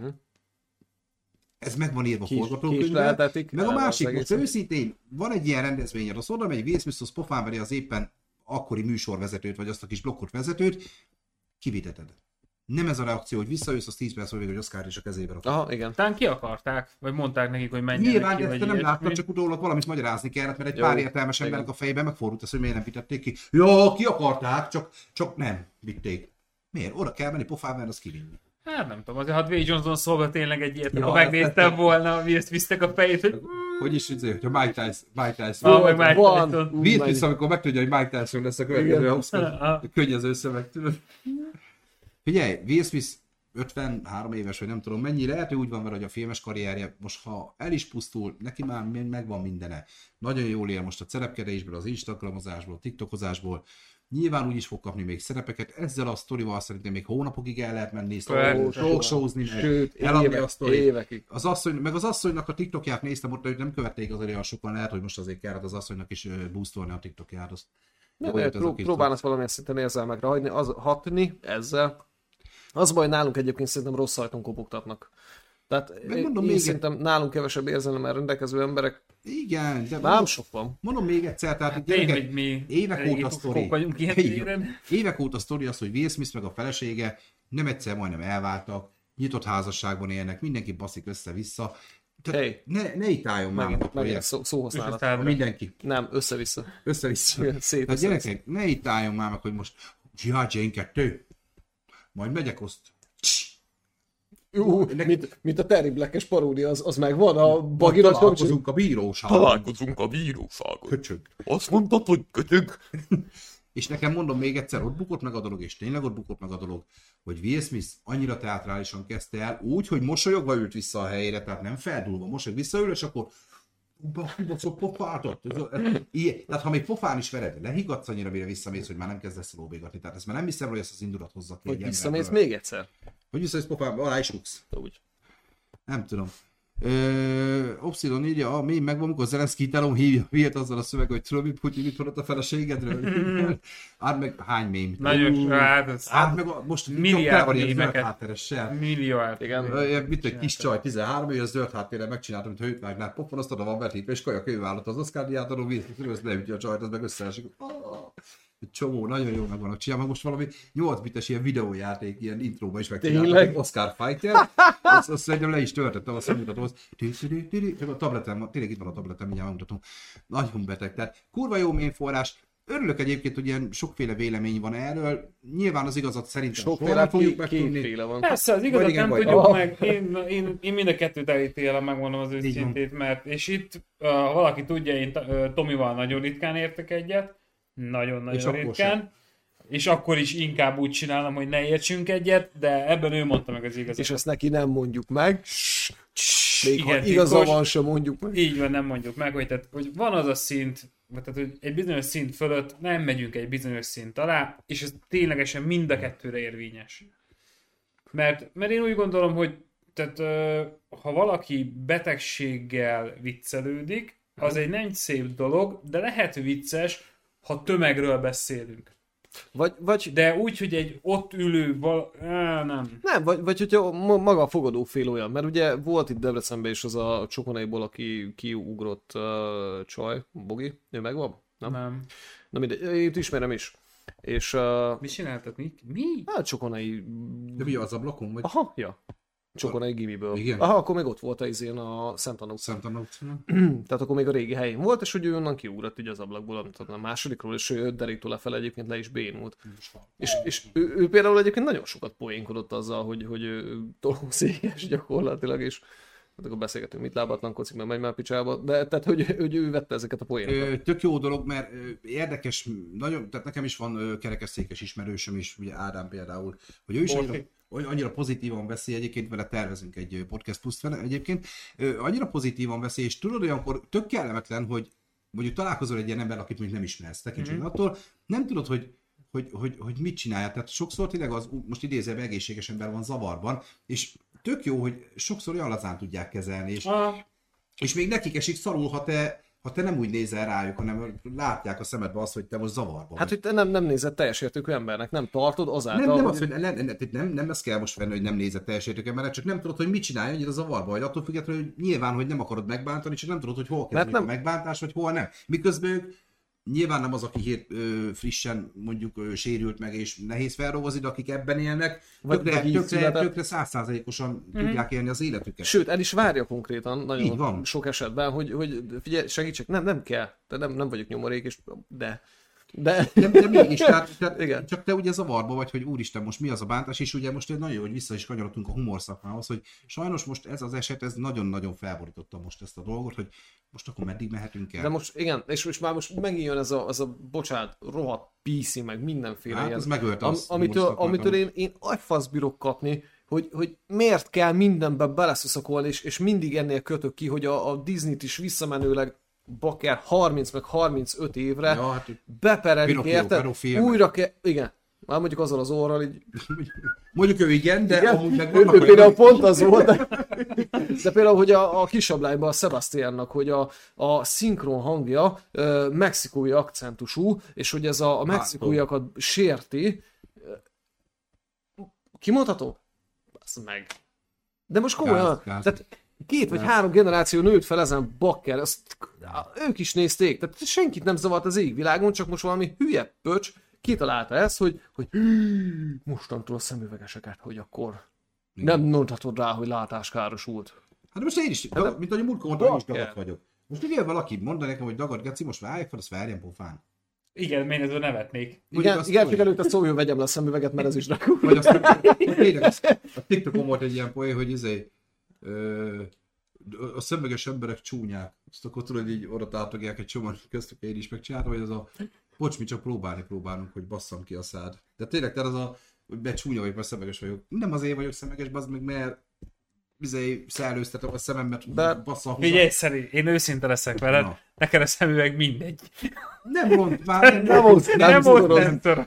Speaker 2: Ez meg van írva forgatókönyvben. Meg a másik, most őszintén, van egy ilyen rendezvényed, az oda megy, Will Smith az pofán veri az éppen akkori műsorvezetőt, vagy azt a kis blokkot vezetőt, kiviteted. Nem ez a reakció, hogy visszajössz, az 10 perc végül, hogy Oscar is a kezébe rakott.
Speaker 3: Aha, igen.
Speaker 1: Talán ki akarták, vagy mondták nekik, hogy menjenek
Speaker 2: nyilván,
Speaker 1: ki,
Speaker 2: de ezt nem láttam, csak utólag valamit magyarázni kellett, mert egy pár értelmes embernek a fejében megfordult ez, hogy miért nem vitették ki. Ja, ki akarták, csak nem vitték. Miért? Oda kell menni pofán, azt kivinni.
Speaker 1: Hát nem tudom, azért ha Dwayne Johnson szólva tényleg egy ilyet, ha megnéztem volna, Will-Smith a fejét, hogy...
Speaker 2: Hogy is hogy a Mike Tyson. Will Smith, amikor megtudja, hogy Mike Tyson lesz a következő, könnyező szöveg, tudod. Figyelj, Will Smith 53 éves, vagy nem tudom mennyi, lehet, hogy úgy van vele, hogy a filmes karrierje most ha el is pusztul, neki már megvan mindene. Nagyon jól él most a szerepkedésből, az instagramozásból, a tiktokozásból. Nyilván úgy is fog kapni még szerepeket. Ezzel a sztorival szerintem még hónapokig el lehet menni, talkshowzni, eladni a sztorit.
Speaker 3: Évekig.
Speaker 2: Az asszony, meg az asszonynak a TikTokját néztem, ott őt nem követték azért olyan sokan, lehet, hogy most azért kellett az asszonynak is boostolni a TikTokját.
Speaker 3: Próbálnak valamilyen szinten érzelmekre hatni ezzel. Az baj, nálunk egyébként szerintem rossz ajtón kopogtatnak. Tehát én szerintem nálunk kevesebb érzelemmel rendelkező emberek.
Speaker 2: Igen, de
Speaker 3: nem sok van.
Speaker 2: Mondom még egyszer, tehát
Speaker 1: hát tényleg, mi
Speaker 2: évek óta sztori. Évek óta sztori az, hogy Will Smith meg a felesége nem egyszer majdnem elváltak, nyitott házasságban élnek, mindenki baszik össze-vissza.
Speaker 3: Hey.
Speaker 2: Ne itáljon
Speaker 3: meg. Szóhasználat.
Speaker 2: Mindenki.
Speaker 3: Nem, össze-vissza.
Speaker 2: Tehát gyerekek, ne itáljon már meg, hogy most G.I. Jane 2. Majd megyek azt.
Speaker 3: Mint a Terry Black-es paródia, az megvan a bagirat.
Speaker 2: Találkozunk a bíróságon.
Speaker 4: Köcsög. Azt mondtad, hogy köcsög.
Speaker 2: És nekem mondom még egyszer, ott bukott meg a dolog, és tényleg ott bukott meg a dolog, hogy Will Smith annyira teátrálisan kezdte el, úgy, hogy mosolyogva ült vissza a helyére, tehát nem feldúlva, mosolyog visszaül, és akkor pofátot. Tehát ha még pofán is vered, lehigadsz annyira, mire visszamész, hogy már nem kezdesz lóbégatni. Tehát ezt már nem hiszem, hogy ezt az indulat hozza ki.
Speaker 3: Hogy visszamész még egyszer?
Speaker 2: Hogy visszamész pofán, alá is rúgsz.
Speaker 3: Úgy.
Speaker 2: Nem tudom. Obsidian írja, a mém megvan, amikor Zelenszky telom hívját azzal a szöveg, hogy tudom, hogy Putyin mit mondott a feleségedről. Hát meg hány mém.
Speaker 1: Nagyon
Speaker 2: hát meg most
Speaker 1: milliárd
Speaker 2: mémeket. Hátteressel.
Speaker 1: Milliárd.
Speaker 3: Igen.
Speaker 2: Mit egy kis csaj, 13 éves zöld háttérrel megcsináltam, mint ha őt vágnál. Pofon azt oda van vetítve, és kajak ő vállalt az Oscar-díját, arról vízről leütje a csajt, az meg összeesik. Csomó, nagyon jól meg vannak csinálva. Most valami 8 bites ilyen videójáték, ilyen intróba is
Speaker 3: Tényleg?
Speaker 2: megcsináltak. Oscar Fighter. Azt szerintem le is töltöttem, azt mutatom. Csak a tabletem, tényleg itt van a tabletem, mindjárt megmutatom. Nagyon beteg. Tehát kurva jó mainforrás. Örülök egyébként, hogy ilyen sokféle vélemény van erről. Nyilván az igazat szerintem
Speaker 3: Sokféle, kétféle van.
Speaker 1: Persze, az igazat nem tudjuk meg. Én mind a kettőt elítélem, megmondom az őszintét, mert és itt, ha valaki tudja, én Tomival nagyon ritkán értek egyet. Nagyon-nagyon ritkán. És akkor is inkább úgy csinálom, hogy ne értsünk egyet, de ebben ő mondta meg az igazat.
Speaker 3: És ezt neki nem mondjuk meg. Még
Speaker 1: igen,
Speaker 3: ha igaza van, sem mondjuk meg.
Speaker 1: Így van, nem mondjuk meg, hogy van az a szint, tehát hogy egy bizonyos szint fölött nem megyünk egy bizonyos szint alá, és ez ténylegesen mind a kettőre érvényes. Mert én úgy gondolom, hogy tehát, ha valaki betegséggel viccelődik, az egy nem szép dolog, de lehet vicces, ha tömegről beszélünk.
Speaker 3: Vagy...
Speaker 1: De úgy, hogy egy ott ülő nem.
Speaker 3: Nem, vagy hogyha maga a fogadófél olyan, mert ugye volt itt Debrecenben is az a Csokonaiból, aki kiugrott csaj, Bogi, ő megvan?
Speaker 1: Nem.
Speaker 3: Na mindegy, én ismerem is. És...
Speaker 1: Mi csináltak? Mi?
Speaker 3: Hát Csokonai...
Speaker 2: De mi az ablakon? Vagy?
Speaker 3: Aha, ja. Csokonai gimiből.
Speaker 2: Igen?
Speaker 3: Aha, akkor még ott volt a izén a Szent Anna utcán. Tehát akkor még a régi helyén volt, és hogy ő onnan kiugrott így az ablakból, amit a másodikról, és ő deréktől lefelé egyébként le is bénult. És ő például egyébként nagyon sokat poénkodott azzal, hogy ő tolószékes gyakorlatilag, és hát akkor beszélgetünk, mit lábatlan kocik, mert megy már picsába, de tehát, hogy ő vette ezeket a poénokat.
Speaker 2: Tök jó dolog, mert érdekes, nagyon, tehát nekem is van kerekesszékes ismerősöm is, ugye Ádám például, hogy ő is annyira pozitívan veszi, egyébként vele tervezünk egy podcast pluszt vele egyébként, annyira pozitívan veszi, és tudod, olyankor tök kellemetlen, hogy mondjuk találkozol egy ilyen ember, akit mondjuk nem ismersz, tekintsünk attól, nem tudod, hogy mit csinálja. Tehát sokszor tényleg az, most idézve egészséges ember van zavarban, és tök jó, hogy sokszor olyan lazán tudják kezelni, és még nekik esik szarul, ha te nem úgy nézel rájuk, hanem látják a szemedbe azt, hogy te most zavarban.
Speaker 3: Hát, hogy te nem nézed teljes értékű embernek, nem tartod azáltal...
Speaker 2: Nem ezt kell most venni, hogy nem nézed teljes értékű embernek, csak nem tudod, hogy mit csinálj annyira zavarba, vagy attól függetlenül, hogy nyilván, hogy nem akarod megbántani, csak nem tudod, hogy hol kezdődik a megbántás, vagy hol nem. Miközben ők nyilván nem az, aki frissen mondjuk sérült meg és nehéz felrogozni, de akik ebben élnek, tökre 100%-osan tudják élni az életüket.
Speaker 3: Sőt, el is várja konkrétan nagyon sok esetben, hogy figyelj, segítsek, nem kell, nem vagyok nyomorék, és de
Speaker 2: mégis, tehát csak te ugye zavarba vagy, hogy úristen, most mi az a bántás, és ugye most nagyon jó, hogy vissza is kanyarodtunk a humor szakmához, hogy sajnos most ez az eset, ez nagyon-nagyon felborította most ezt a dolgot, hogy most akkor meddig mehetünk el.
Speaker 3: De most igen, és már most megint jön ez a bocsánat, rohadt PC, meg mindenféle
Speaker 2: hát,
Speaker 3: ilyen.
Speaker 2: Ez megölt
Speaker 3: amitől én agyfasz bírok kapni, hogy miért kell mindenbe beleszuszakolni, és mindig ennél kötök ki, hogy a Disney-t is visszamenőleg bakker 30 meg 35 évre beperelik, érted? Újra kell, igen, már mondjuk azzal az orral így...
Speaker 2: Mondjuk ő igen, de
Speaker 3: igen?
Speaker 2: amúgy meg vannak
Speaker 3: olyan... Például pont az volt, de például, hogy a kisablányban a Sebastiannak, hogy a szinkron hangja mexikói akcentusú, és hogy ez a mexikóiakat sérti. Kimondható? Basz meg. De most komolyan, tehát 2 vagy 3 generáció nőtt fel ezen bakker, azt ők is nézték, tehát senkit nem zavart az égvilágon, csak most valami hülye pöcs kitalálta ezt, hogy mostantól a szemüvegeseket, hogy akkor nem mondhatod rá, hogy látáskárosult.
Speaker 2: Hát most én is, mint ahogy múltkor mondtam, én is dagadt vagyok. Most ugye valaki mondani nekem, hogy dagad geci, most válják fel, azt verjen pofán.
Speaker 1: Igen, én ezzel nevetnék.
Speaker 3: Igen, figyelőt, azt szóljon, vegyem le a szemüveget, mert ez is rakó.
Speaker 2: Vagy azt a TikTokon volt egy ilyen poén, hogy a szemüveges emberek csúnyák. Azt akkor tudod, hogy így oda tátogják egy csomóan, köztük én is megcsináltam, hogy ez a bocs, mi csak próbálunk, hogy basszam ki a szád. De tényleg, tehát az hogy becsúnya vagyok, mert szemüveges vagyok. Nem azért vagyok szemüveges, bazd meg, mert szellőztetem a szememet, basszam.
Speaker 1: Figyelj, Szeri, én őszinte leszek veled, neked a szemüveg mindegy.
Speaker 2: Nem mond, már
Speaker 1: nem volt.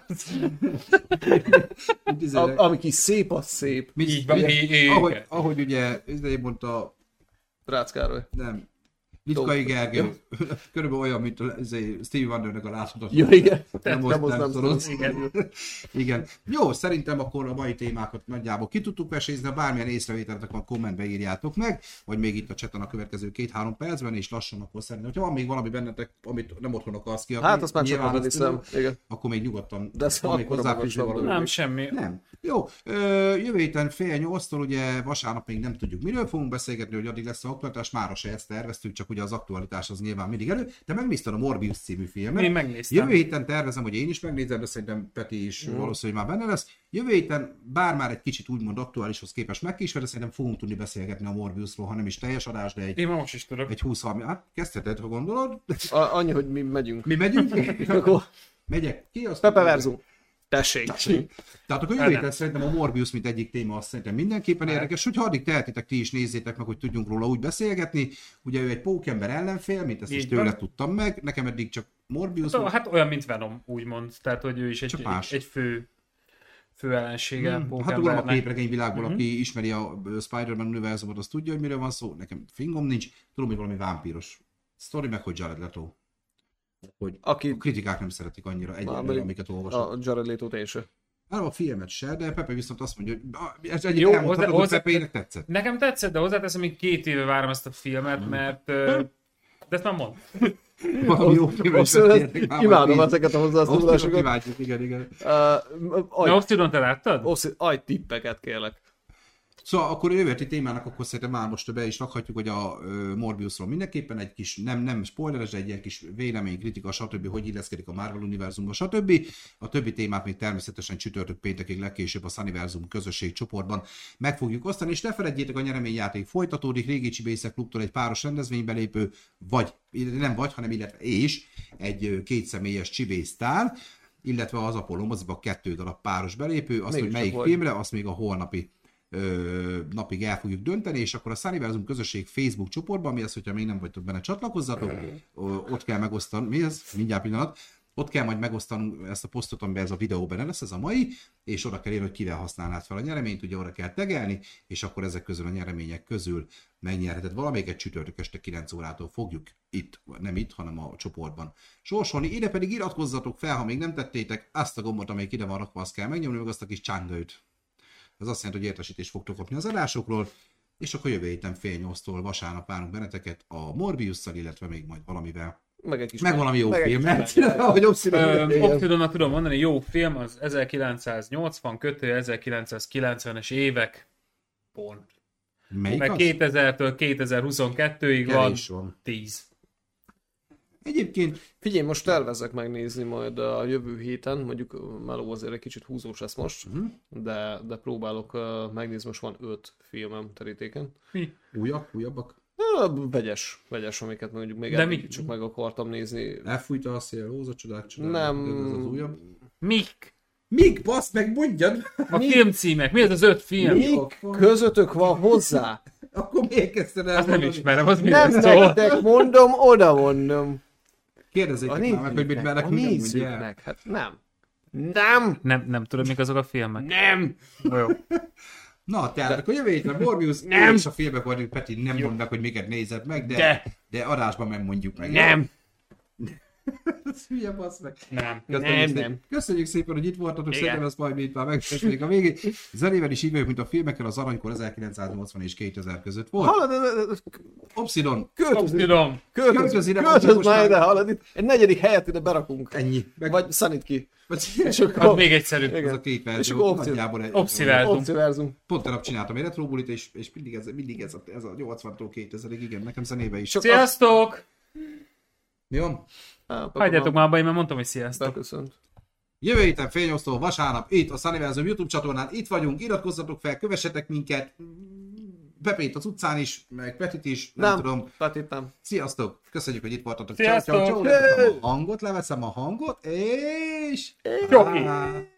Speaker 3: Ami kis szép, az szép.
Speaker 2: Ahogy ugye, mondta
Speaker 3: Rácz Károly.
Speaker 2: Nem. Litkai Gergely, körülbelül olyan, mint Stevie Wondernek a láthatatlan.
Speaker 3: Ja, igen.
Speaker 2: Nem szoroz. Igen. Jó, szerintem akkor a mai témákat nagyjából ki tudtuk vesézni, ha bármilyen észrevételetek van, kommentbe írjátok meg, vagy még itt a chaton a következő 2-3 percben, és lassan akkor szerintem, hogyha van még valami bennetek, amit nem otthon akarsz kiadni.
Speaker 3: Hát azt már csak arra hiszem.
Speaker 2: Akkor még nyugodtan.
Speaker 3: De ez akkor
Speaker 1: nem, semmi.
Speaker 2: Nem. Jó, jövő héten 7:30-tól, ugye vasárnap még nem tudjuk miről fogunk beszélgetni, hogy addig lesz a aktualitás, mára se ezt terveztük, csak ugye az aktualitás az nyilván mindig elő. Te megnézted a Morbius című filmet.
Speaker 1: Én megnéztem.
Speaker 2: Jövő héten tervezem, hogy én is megnézem, de szerintem Peti is valószínűleg már benne lesz. Jövő héten, bár már egy kicsit úgymond aktuálishoz képest megkísérve, de szerintem fogunk tudni beszélgetni a Morbiusról, ha nem is teljes adás, de
Speaker 1: én most is tudok.
Speaker 2: egy 20-30, hát kezdheted, ha gondolod.
Speaker 3: Annyi, hogy mi megyünk.
Speaker 2: Mi megyünk?
Speaker 3: Akkor
Speaker 2: megyek ki?
Speaker 3: Pepe Verzum. Tessék.
Speaker 2: Tehát akkor jövő héten szerintem a Morbius, mint egyik téma, azt szerintem mindenképpen érdekes, hogyha addig tehetitek, ti is nézzétek meg, hogy tudjunk róla úgy beszélgetni. Ugye ő egy pókember ellenfél, mint ezt is tőle tudtam meg, nekem eddig csak Morbius volt.
Speaker 1: Hát olyan, mint Venom, úgymond, tehát hogy ő is egy fő ellensége pókembernek.
Speaker 2: Hát tudom, a képregényvilágból, aki ismeri a Spider-Man univerzumot, az tudja, hogy miről van szó, nekem fingom nincs, tudom, hogy valami vámpíros sztori, meg hogy Jared Leto. Hogy a kritikák nem szeretik annyira egyébként, amiket olvasok.
Speaker 3: A Jared Leto-t én se.
Speaker 2: A filmet se, de Pepe viszont azt mondja, hogy ez egyébként elmondhatod, hogy Pepének tetszett.
Speaker 1: Nekem tetszett, de hozzáteszem, hogy 2 éve várom ezt a filmet, mert... De ezt már mond.
Speaker 2: Valami jó filmet
Speaker 3: imádom ezeket a hozzászólásokat.
Speaker 2: Imádjuk, igen.
Speaker 1: Obsidon, te láttad?
Speaker 3: Aj, tippeket kérlek.
Speaker 2: Szóval akkor a jövő heti témának akkor szerintem már most be is rakhatjuk, hogy a Morbiusról mindenképpen egy kis, nem spoileres, egy ilyen kis vélemény, kritika, stb., hogy illeszkedik a Marvel univerzumba, stb. A többi témát még természetesen csütörtök péntekig legkésőbb a Sunniversum közösség csoportban meg fogjuk osztani, és ne feledjétek, a nyereményjáték folytatódik, Régi Csibészek Klubtól egy páros rendezvénybelépő, illetve egy 2 személyes csibésztál, illetve az Apollo moziba 2 darab páros belépő, azt, hogy melyik filmre, azt még a holnapi napig el fogjuk dönteni, és akkor a Sunniversum közösség Facebook csoportban, mi az, hogyha még nem vagytok benne, csatlakozzatok, ott kell megosztani, mi ez? Mindjárt pillanat, ott kell majd megosztanunk ezt a posztot, amiben ez a videó benne lesz, ez a mai, és oda kell írni, hogy kivel használnád fel a nyereményt, ugye oda kell tegelni, és akkor ezek közül a nyeremények közül megnyerheted valamelyiket csütörtök este 9 órától fogjuk itt, nem itt, hanem a csoportban sorsolni. Ide pedig iratkozzatok fel, ha még nem tettétek, azt a gombot, amelyik ide van rakva, azt kell megnyomni, meg azt a kis csangőt. Ez azt jelenti, hogy értesítést fogtok kapni az adásokról, és akkor jövő héten 7:30-tól vasárnap várunk benneteket a Morbiusszal, illetve még majd valamivel. Meg valami jó filmet. Ahogy
Speaker 1: Obsidonnak tudom mondani, jó film az 1980-1990-es évek. Pont.
Speaker 2: Melyik
Speaker 1: meg
Speaker 2: az?
Speaker 1: 2000-től 2022-ig van 10.
Speaker 2: Egyébként...
Speaker 3: Figyelj, most tervezek megnézni majd a jövő héten, mondjuk Meló azért egy kicsit húzós lesz most, de próbálok megnézni, most van 5 filmem terítéken.
Speaker 1: Mi?
Speaker 2: Újabbak?
Speaker 3: Vegyes, amiket mondjuk még
Speaker 1: eddig
Speaker 3: csak meg akartam nézni.
Speaker 2: Elfújta a szél, Róza csodák.
Speaker 3: Nem.
Speaker 2: Ez az újabb.
Speaker 1: Mik,
Speaker 2: bassz meg, mondjad!
Speaker 1: A filmcímek, mi ez az 5 film?
Speaker 3: Mik közöttök van hozzá?
Speaker 2: Akkor miért kezdted el?
Speaker 1: Azt nem ismerem, az
Speaker 3: nem nektek mondom, oda mondom.
Speaker 2: Kérdezzétek már meg, hogy mit mernek, hogy
Speaker 3: nézzüknek. Hát
Speaker 1: nem tudod, mik azok a filmek?
Speaker 3: Nem!
Speaker 1: Jó.
Speaker 2: Na, tehát akkor jövő héten Morbius, és a filmek vagyunk, Peti nem mond meg, hogy miket nézed meg, de adásban megmondjuk meg.
Speaker 3: Nem!
Speaker 2: Ez hülye, bassz meg.
Speaker 3: Nem.
Speaker 2: Köszönjük szépen, hogy itt voltatok, szerintem ezt majd mi itt már megbeszéljük a végén. Zenével is így vagyok, mint a filmekkel, az aranykor 1980 és 2000 között volt.
Speaker 3: Hallod,
Speaker 2: Obsidon.
Speaker 3: Költöz már ide, hallod, itt egy 4. helyet ide berakunk.
Speaker 2: Ennyi.
Speaker 3: Vagy Sunnyt ki.
Speaker 1: És akkor még egyszerű.
Speaker 2: Ez a 2 verzió. Nagyjából
Speaker 1: Obsiverzum.
Speaker 2: Pont tegnap csináltam egy retrobulit, és mindig ez a 80-tól 2000-ig, igen, nekem zenébe is.
Speaker 1: Sziasztok!
Speaker 2: Mi van?
Speaker 1: Hagyjátok már abba, én már mondtam, hogy sziasztok.
Speaker 3: Köszönt.
Speaker 2: Jövő héten 7:30 vasárnap itt a Sunniversum YouTube csatornán, itt vagyunk, iratkozzatok fel, kövessetek minket, Pepét az utcán is, meg Petit is, nem tudom.
Speaker 3: Petit nem.
Speaker 2: Sziasztok, köszönjük, hogy itt voltatok.
Speaker 1: Sziasztok!
Speaker 2: Leveszem a hangot, és...
Speaker 1: Jogi!